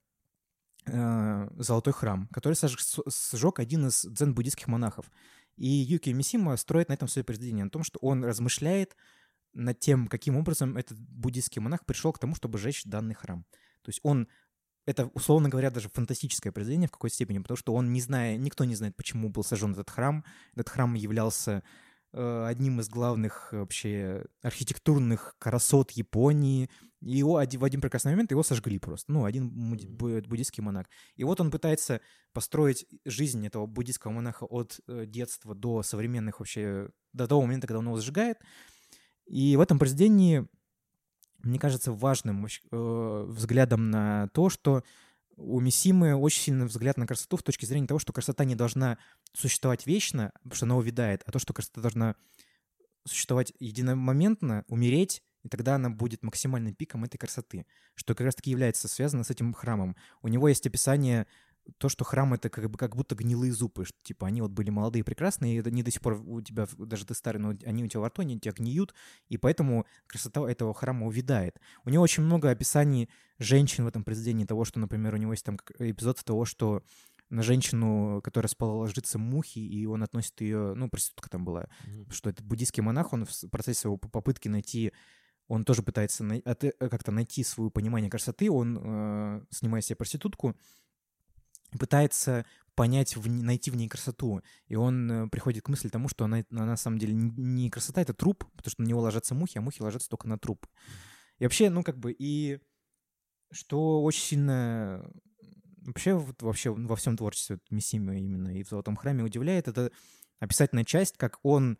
золотой храм, который сжег один из дзен-буддийских монахов. И Юкио Мисима строит на этом свое произведение, на том, что он размышляет над тем, каким образом этот буддийский монах пришел к тому, чтобы сжечь данный храм. То есть это, условно говоря, даже фантастическое произведение в какой-то степени, потому что никто не знает, почему был сожжен этот храм. Этот храм являлся одним из главных вообще архитектурных красот Японии. И в один прекрасный момент его сожгли просто. Один буддийский монах. И вот он пытается построить жизнь этого буддийского монаха от детства до современных вообще, до того момента, когда он его сжигает. И в этом произведении, мне кажется, важным взглядом на то, что у Мисимы очень сильный взгляд на красоту с точки зрения того, что красота не должна существовать вечно, потому что она увядает, а то, что красота должна существовать единомоментно, умереть, и тогда она будет максимальным пиком этой красоты, что как раз-таки является связано с этим храмом. У него есть описание то, что храм — это как будто гнилые зубы, что типа они вот были молодые и прекрасные, и они до сих пор у тебя, даже ты старый, но они у тебя во рту, они у тебя гниют, и поэтому красота этого храма увядает. У него очень много описаний женщин в этом произведении, того, что, например, у него есть там эпизод того, что на женщину, которая спала, ложится мухи, и он относит ее, проститутка там была, что это буддийский монах, он в процессе своего попытки найти, он тоже пытается как-то найти свое понимание красоты, он, снимая себе проститутку, пытается найти в ней красоту. И он приходит к мысли тому, что она на самом деле не красота, это труп, потому что на него ложатся мухи, а мухи ложатся только на труп. И вообще, и что очень сильно вообще во всем творчестве Мисимы именно и в «Золотом храме» удивляет, это описательная часть, как он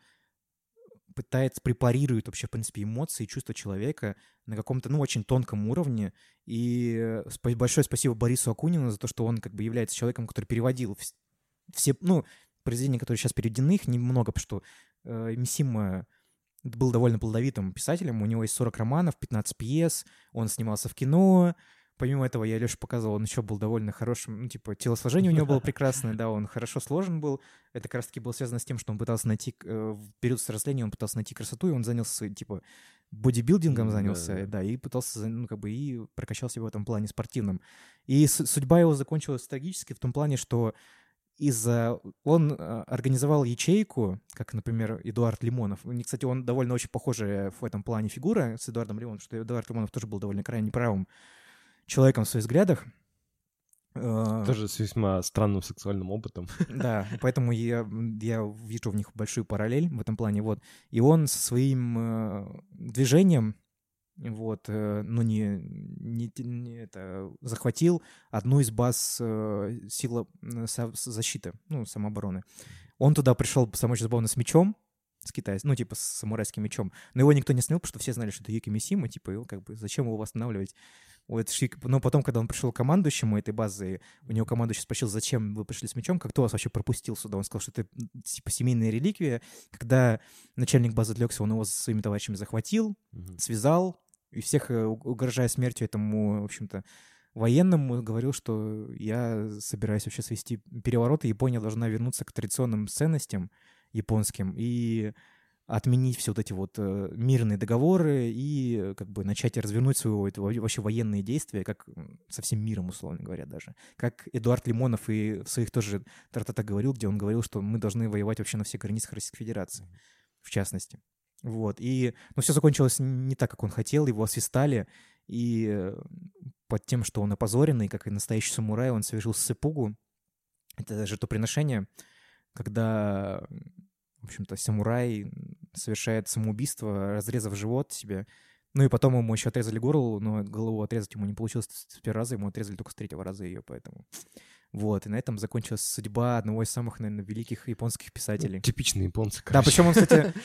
препарирует вообще, в принципе, эмоции и чувства человека на каком-то, очень тонком уровне. И большое спасибо Борису Акунину за то, что он как бы является человеком, который переводил все, произведения, которые сейчас переведены, их немного, потому что Мисима был довольно плодовитым писателем, у него есть 40 романов, 15 пьес, он снимался в кино. Помимо этого, я Лёше показывал, он еще был довольно хорошим, телосложение у него было прекрасное, да, он хорошо сложен был. Это как раз-таки было связано с тем, что он пытался найти, в период взросления он пытался найти красоту, и он занялся, бодибилдингом занялся, да, и пытался, и прокачал себя в этом плане спортивном. И судьба его закончилась трагически в том плане, что он организовал ячейку, как, например, Эдуард Лимонов. Кстати, он довольно очень похожая в этом плане фигура с Эдуардом Лимоновым, что Эдуард Лимонов тоже был довольно крайне правым человеком в своих взглядах. Тоже с весьма странным сексуальным опытом. Да, поэтому я вижу в них большую параллель в этом плане. Вот. И он со своим движением захватил одну из баз сил защиты, самообороны. Он туда пришел, самое забавное, с мечом, с китайским, с самурайским мечом. Но его никто не остановил, потому что все знали, что это Юки Мисима, его зачем его восстанавливать? Но потом, когда он пришел к командующему этой базы, у него командующий спросил, зачем вы пришли с мечом, как кто вас вообще пропустил сюда? Он сказал, что это семейная реликвия. Когда начальник базы отвлекся, он его со своими товарищами захватил, связал, и всех, угрожая смертью этому, в общем-то, военному, говорил, что я собираюсь вообще свести переворот, и Япония должна вернуться к традиционным ценностям японским, и отменить все вот эти вот мирные договоры и как бы начать развернуть свои вообще военные действия, как со всем миром, условно говоря, даже. Как Эдуард Лимонов и в своих тоже тра-та-та говорил, где он говорил, что мы должны воевать вообще на всех границах Российской Федерации, в частности. Вот. Но все закончилось не так, как он хотел, его освистали, и под тем, что он опозоренный, как и настоящий самурай, он совершил сэпугу. Это жертвоприношение, когда, в общем-то, самурай совершает самоубийство, разрезав живот себе. Ну и потом ему еще отрезали горло, но голову отрезать ему не получилось с первого раза, ему отрезали только с третьего раза ее, поэтому... Вот, и на этом закончилась судьба одного из самых, наверное, великих японских писателей. Типичные японцы, короче. Да, причем он, кстати,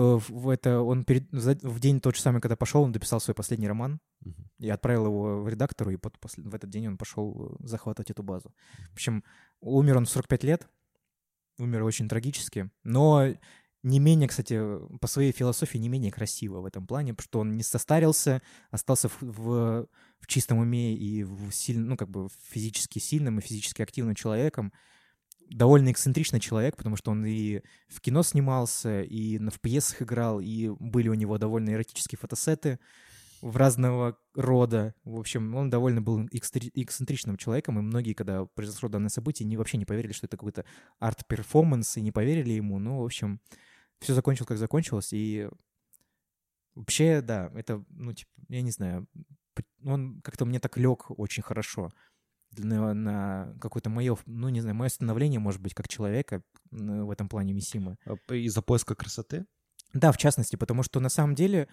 в день тот же самый, когда пошел, он дописал свой последний роман и отправил его в редактору, и в этот день он пошел захватывать эту базу. В общем, умер он в 45 лет, умер очень трагически, но не менее, кстати, по своей философии не менее красиво в этом плане, потому что он не состарился, остался в чистом уме и физически сильным и физически активным человеком. Довольно эксцентричный человек, потому что он и в кино снимался, и в пьесах играл, и были у него довольно эротические фотосеты в разного рода. В общем, он довольно был эксцентричным человеком, и многие, когда произошло данное событие, вообще не поверили, что это какой-то арт-перформанс, и не поверили ему. Ну, в общем, все закончилось, как закончилось, и вообще, да, это, я не знаю, он как-то мне так лег очень хорошо на какое-то мое, мое становление, может быть, как человека в этом плане Мисимы. Из-за поиска красоты? Да, в частности, потому что на самом деле,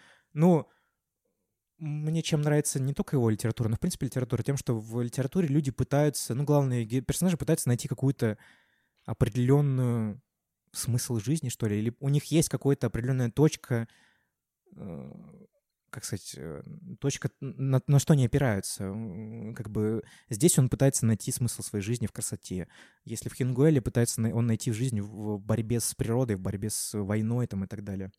мне чем нравится не только его литература, но, в принципе, литература тем, что в литературе люди пытаются, главные персонажи пытаются найти какую-то определенную смысл жизни, что ли, или у них есть какая-то определенная точка, как сказать, точка, на что они опираются. Как бы здесь он пытается найти смысл своей жизни в красоте. Если в Хемингуэе пытается он найти жизнь в борьбе с природой, в борьбе с войной там, и так далее.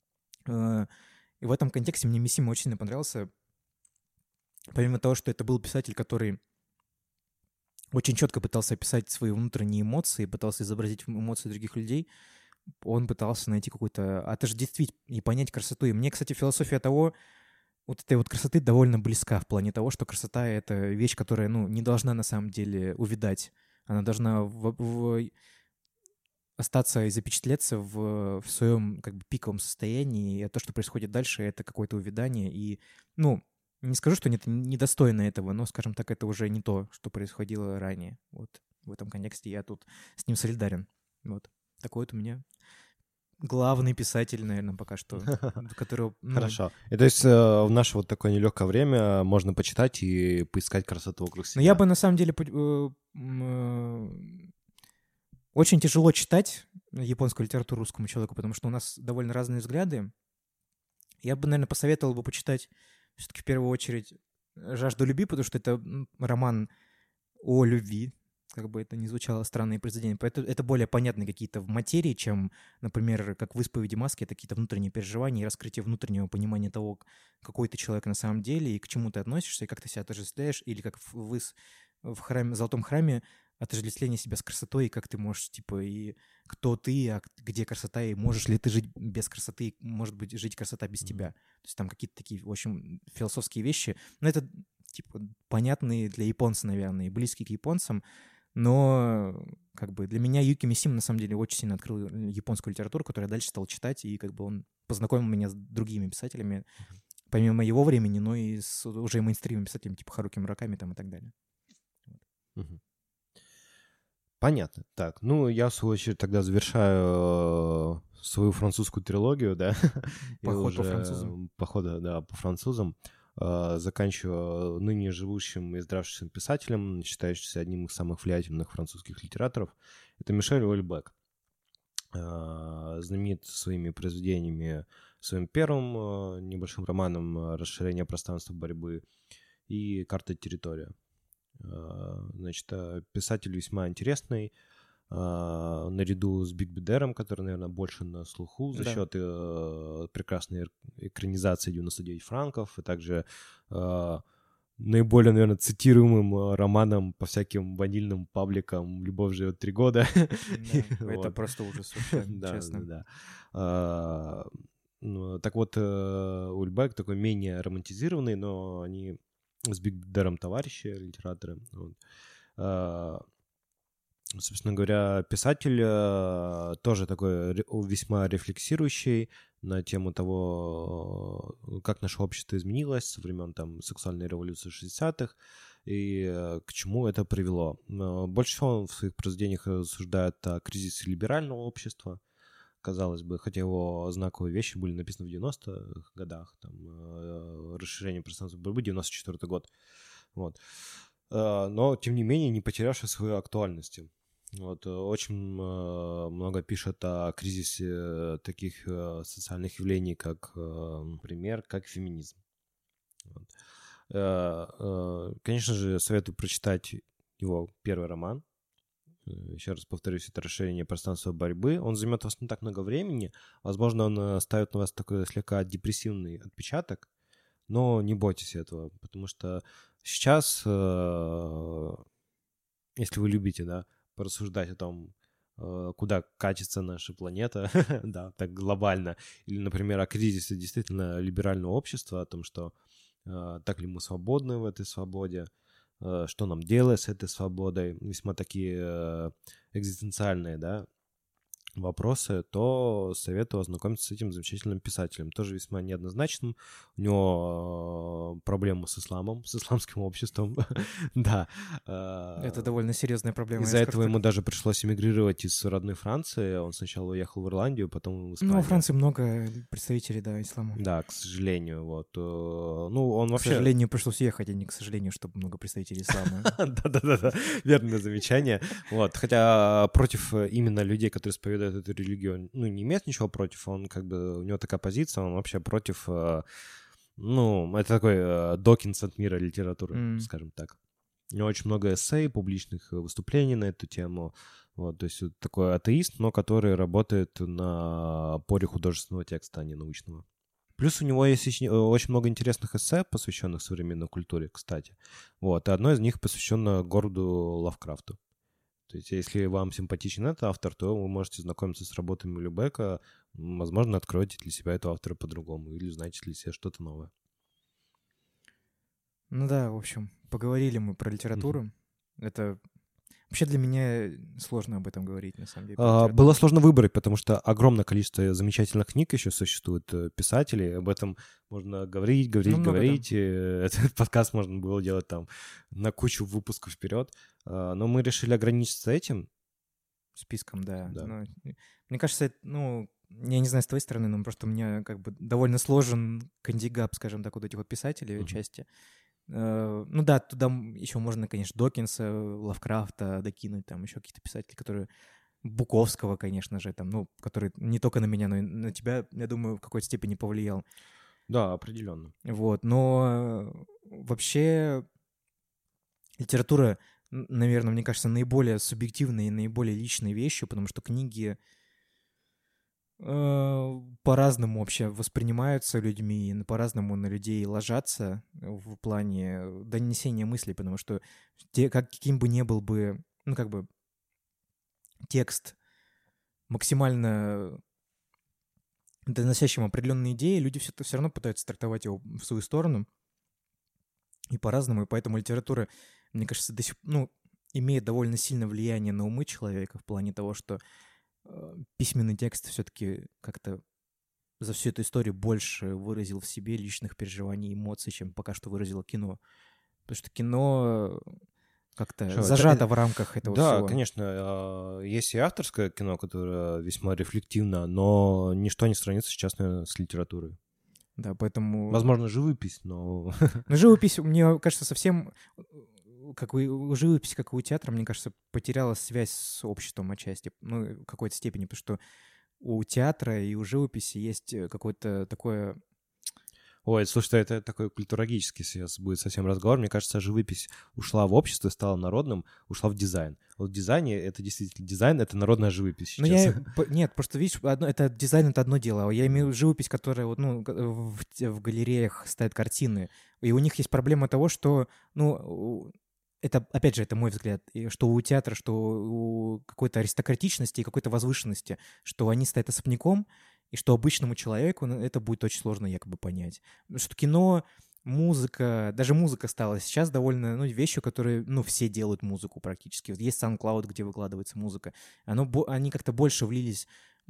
И в этом контексте мне Мисима очень сильно понравился. Помимо того, что это был писатель, который очень четко пытался описать свои внутренние эмоции, пытался изобразить эмоции других людей, он пытался найти какую-то... отождествить и понять красоту. И мне, кстати, философия того, вот этой вот красоты довольно близка в плане того, что красота — это вещь, которая, не должна на самом деле увядать. Она должна остаться и запечатлеться в своем как бы пиковом состоянии. И то, что происходит дальше, это какое-то увядание. И, не скажу, что это недостойно этого, но, скажем так, это уже не то, что происходило ранее. Вот в этом контексте я тут с ним солидарен. Вот. Такой вот у меня главный писатель, наверное, пока что, которого... Хорошо. И то есть в наше вот такое нелегкое время можно почитать и поискать красоту вокруг себя. Но я бы, на самом деле, очень тяжело читать японскую литературу русскому человеку, потому что у нас довольно разные взгляды. Я бы, наверное, посоветовал бы почитать все-таки в первую очередь «Жажду любви», потому что это роман о любви, как бы это ни звучало, странные произведения. Поэтому это более понятные какие-то в материи, чем, например, как в «Исповеди маски», это какие-то внутренние переживания и раскрытие внутреннего понимания того, какой ты человек на самом деле, и к чему ты относишься, и как ты себя отождествляешь, или как в «Золотом храме» отождествление себя с красотой, и как ты можешь, и кто ты, а где красота, и можешь ли ты жить без красоты, может быть, жить красота без тебя. То есть там какие-то такие, в общем, философские вещи. Но это, понятные для японца, наверное, и близкие к японцам. Но, как бы, для меня Юки Мисима, на самом деле, очень сильно открыл японскую литературу, которую я дальше стал читать, и, как бы, он познакомил меня с другими писателями, помимо его времени, но и с уже мейнстримными писателями, типа Харуки Мураками там и так далее. Понятно. Так, я, в свою очередь, тогда завершаю свою французскую трилогию, да? Поход по французам. Похода, да, по французам. Заканчиваю ныне живущим и здравствующим писателем, считающимся одним из самых влиятельных французских литераторов. Это Мишель Уэльбек. Знаменит своими произведениями, своим первым небольшим романом «Расширение пространства борьбы» и «Карта территория». Значит, писатель весьма интересный, наряду с Биг Бедером, который, наверное, больше на слуху за счет прекрасной экранизации «99 франков», и также наиболее, наверное, цитируемым романом по всяким ванильным пабликам «Любовь живет 3 года». Это просто ужас вообще, честно. Да. Так вот, Ульбек такой менее романтизированный, но они с Бигдером товарищи, литераторы. Собственно говоря, писатель тоже такой весьма рефлексирующий на тему того, как наше общество изменилось со времен там сексуальной революции 60-х и к чему это привело. Больше всего он в своих произведениях рассуждает о кризисе либерального общества, казалось бы, хотя его знаковые вещи были написаны в 90-х годах, там, расширение пространства борьбы, 94-й год, вот. Но, тем не менее, не потерявший своей актуальности. Вот, очень много пишет о кризисе таких социальных явлений, как, например, как феминизм. Вот. Конечно же, советую прочитать его первый роман. Еще раз повторюсь, это расширение пространства борьбы. Он займет у вас не так много времени. Возможно, он ставит на вас такой слегка депрессивный отпечаток, но не бойтесь этого, потому что сейчас, если вы любите, да, порассуждать о том, куда катится наша планета, да, так глобально, или, например, о кризисе действительно либерального общества, о том, что так ли мы свободны в этой свободе, что нам делать с этой свободой, весьма такие экзистенциальные, да, вопросы, то советую ознакомиться с этим замечательным писателем. Тоже весьма неоднозначным. У него проблемы с исламом, с исламским обществом. Да. Это довольно серьезная проблема. Из-за этого ему даже пришлось эмигрировать из родной Франции. Он сначала уехал в Ирландию, потом в Испанию. Ну, во Франции много представителей, да, ислама. Да, к сожалению. Вот. Ну, он вообще... К сожалению, пришлось уехать, а не к сожалению, чтобы много представителей ислама. Да-да-да, верное замечание. Вот. Хотя против именно людей, которые исповедуют эту религию, ну, не имеет ничего против. Он как бы... У него такая позиция, он вообще против... Ну, это такой Докинс от мира литературы, скажем так. У него очень много эссе, публичных выступлений на эту тему. Вот, то есть такой атеист, но который работает на опоре художественного текста, а не научного. Плюс у него есть очень много интересных эссе, посвященных современной культуре, кстати. Вот, и одно из них посвящено городу Лавкрафту. То есть если вам симпатичен этот автор, то вы можете знакомиться с работами Ульбека, возможно, откроете для себя этого автора по-другому или узнаете для себя что-то новое. Ну да, в общем, поговорили мы про литературу. Это вообще для меня сложно об этом говорить, на самом деле. Было сложно выбрать, потому что огромное количество замечательных книг еще существует, писателей. Об этом можно говорить. Да. Этот подкаст можно было делать там на кучу выпусков вперед. Но мы решили ограничиться этим. Списком, да. Но, мне кажется, ну, я не знаю, с твоей стороны, но просто у меня как бы довольно сложен кандигап, скажем так, вот этих вот писателей части. Ну да, туда еще можно, конечно, Докинса, Лавкрафта докинуть, там еще какие-то писатели, которые... Буковского, конечно же, там, ну, который не только на меня, но и на тебя, я думаю, в какой-то степени повлиял. Да, определенно. Вот, но вообще литература, наверное, мне кажется, наиболее субъективной и наиболее личной вещью, потому что книги по-разному вообще воспринимаются людьми, и по-разному на людей ложатся в плане донесения мыслей, потому что каким бы ни был бы, ну, как бы, текст максимально доносящим определенные идеи, люди все равно пытаются трактовать его в свою сторону и по-разному, и поэтому литература, мне кажется, имеет довольно сильное влияние на умы человека в плане того, что письменный текст все-таки как-то за всю эту историю больше выразил в себе личных переживаний, эмоций, чем пока что выразило кино. Потому что кино как-то зажато в рамках этого всего. Да, конечно, есть и авторское кино, которое весьма рефлективно, но ничто не сравнится сейчас, наверное, с литературой. Да, поэтому... Возможно, живопись, но... Но живопись, мне кажется, совсем... Как у живописи, как и у театра, мне кажется, потеряла связь с обществом отчасти, ну, в какой-то степени, потому что у театра и у живописи есть какое-то такое... Ой, слушай, это такой культурологический сейчас будет совсем разговор. Мне кажется, живопись ушла в общество, стала народным, ушла в дизайн. Вот в дизайне это действительно дизайн, это народная живопись сейчас. Нет, просто видишь, это дизайн — это одно дело. Я имею в виду живопись, которая вот, ну, в галереях ставят картины. И у них есть проблема того, что, ну, это, опять же, это мой взгляд, что у театра, что у какой-то аристократичности и какой-то возвышенности, что они стоят особняком, и что обычному человеку это будет очень сложно якобы понять. Потому что кино, музыка, даже музыка стала сейчас довольно, ну, вещью, которые, ну, все делают музыку практически. Вот есть SoundCloud, где выкладывается музыка. Они как-то больше влились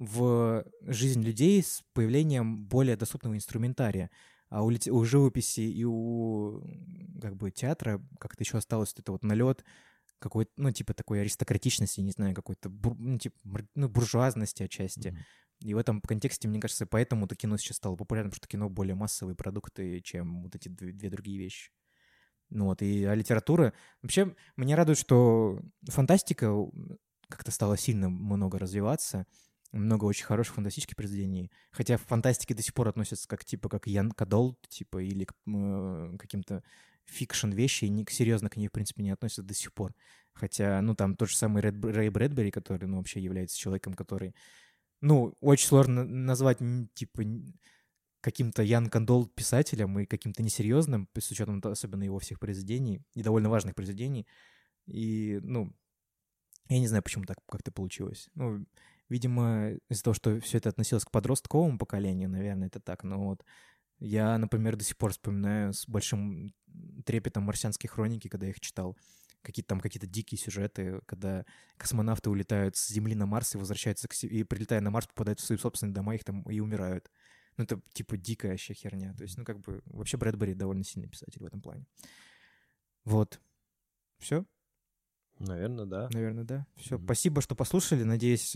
в жизнь людей с появлением более доступного инструментария. А у живописи и у, как бы, театра как-то еще осталось вот это вот налет какой-то, ну, типа такой аристократичности, не знаю, какой-то, буржуазности отчасти. И в этом контексте, мне кажется, поэтому-то кино сейчас стало популярным, потому что кино более массовые продукты, чем вот эти две другие вещи. Ну вот, а литература... Вообще, меня радует, что фантастика как-то стала сильно много развиваться. Много очень хороших фантастических произведений. Хотя в фантастике до сих пор относятся как Ян Кадолт, типа, или к каким-то фикшн-вещи, и серьезно к ней, в принципе, не относятся до сих пор. Хотя, ну, там тот же самый Рэй Брэдбери, который, ну, вообще является человеком, который... Ну, очень сложно назвать, типа, каким-то Ян Кадолт писателем и каким-то несерьезным, с учетом особенно его всех произведений, и довольно важных произведений. И, ну, я не знаю, почему так как-то получилось. Ну, видимо, из-за того, что все это относилось к подростковому поколению, наверное, это так. Но вот я, например, до сих пор вспоминаю с большим трепетом «Марсианские хроники», когда я их читал. Какие-то дикие сюжеты, когда космонавты улетают с Земли на Марс и возвращаются и, прилетая на Марс, попадают в свои собственные дома, их там и умирают. Ну, это, типа, дикая вообще херня. То есть, ну, как бы, вообще Брэдбери довольно сильный писатель в этом плане. Вот. Все? Наверное, да. Наверное, да. Все. Спасибо, что послушали. Надеюсь,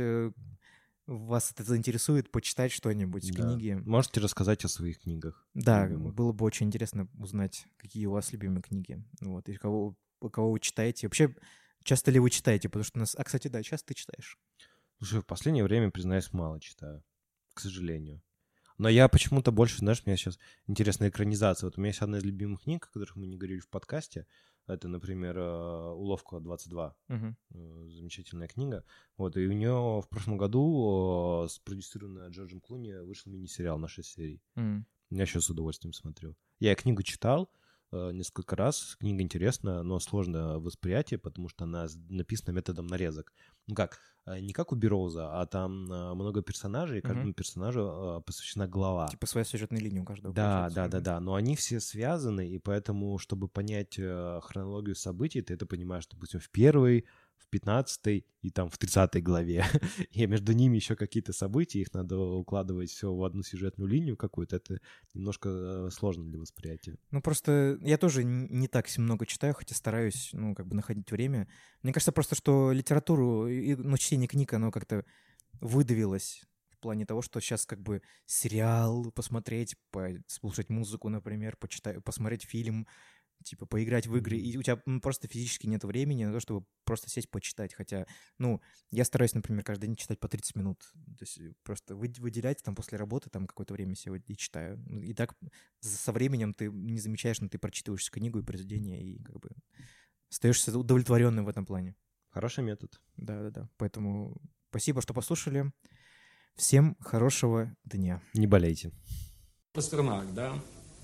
вас это заинтересует почитать что-нибудь, книги. Можете рассказать о своих книгах. Да, было бы очень интересно узнать, какие у вас любимые книги. Вот, и кого вы читаете. Вообще, часто ли вы читаете? Потому что у нас... кстати, да, часто ты читаешь. Слушай, в последнее время, признаюсь, мало читаю. К сожалению. Но я почему-то больше, знаешь, у меня сейчас интересная экранизация. Вот у меня есть одна из любимых книг, о которых мы не говорили в подкасте. Это, например, «Уловка 22». Замечательная книга. Вот, и у нее в прошлом году, спродюсированная Джорджем Клуни, вышел мини-сериал на 6 серий. Я сейчас с удовольствием смотрю. Я книгу читал несколько раз. Книга интересная, но сложное восприятие, потому что она написана методом нарезок. Ну как, не как у Бероуза, а там много персонажей, и каждому персонажу посвящена глава. Типа своя сюжетная линия у каждого. Да. Но они все связаны, и поэтому, чтобы понять хронологию событий, ты это понимаешь, допустим, в первой, в 15-й и там в 30-й главе. И между ними еще какие-то события, их надо укладывать все в одну сюжетную линию какую-то. Это немножко сложно для восприятия. Ну, просто я тоже не так много читаю, хотя стараюсь, ну, как бы находить время. Мне кажется просто, что литературу, ну, чтение книг, оно как-то выдавилось в плане того, что сейчас как бы сериал посмотреть, послушать музыку, например, посмотреть фильм, типа поиграть в игры, и у тебя просто физически нет времени на то, чтобы просто сесть почитать. Хотя, ну, я стараюсь, например, каждый день читать по 30 минут. То есть просто выделять там после работы там какое-то время сегодня и читаю. И так со временем ты не замечаешь, но ты прочитываешь книгу и произведение, и как бы остаешься удовлетворенным в этом плане. Хороший метод. Да. Поэтому спасибо, что послушали. Всем хорошего дня. Не болейте. Пастернак, да?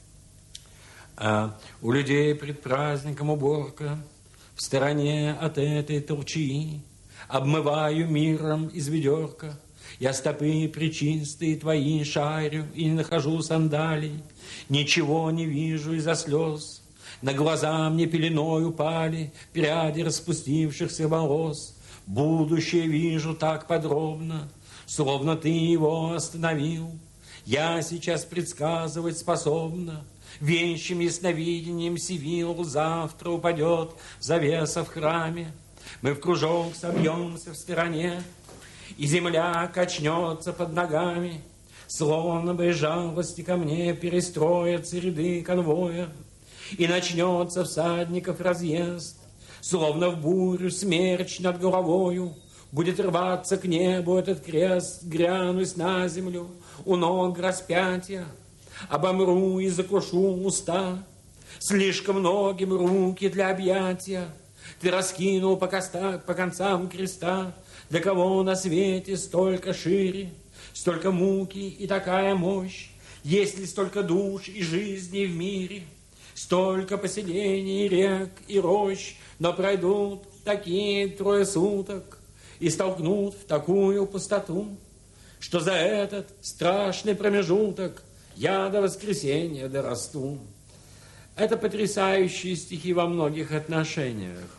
У людей пред праздником уборка, в стороне от этой толчи, обмываю миром из ведерка, я стопы пречистые твои шарю и не нахожу сандалий, ничего не вижу из-за слез, на глаза мне пеленой упали пряди распустившихся волос, будущее вижу так подробно, словно ты его остановил, я сейчас предсказывать способна, вещим ясновидением сивил завтра упадет завеса в храме. Мы в кружок собьемся в стороне, и земля качнется под ногами, словно бы жалости ко мне перестроятся ряды конвоя, и начнется всадников разъезд, словно в бурю смерч над головою. Будет рваться к небу этот крест, грянусь на землю у ног распятия. обомру и закрушу уста. Слишком многим руки для объятия ты раскинул по концам креста. Для кого на свете столько шире, столько муки и такая мощь? Есть ли столько душ и жизней в мире, столько поселений, рек и рощ? Но пройдут такие 3 суток и столкнут в такую пустоту, что за этот страшный промежуток я до воскресенья дорасту. Это потрясающие стихи во многих отношениях.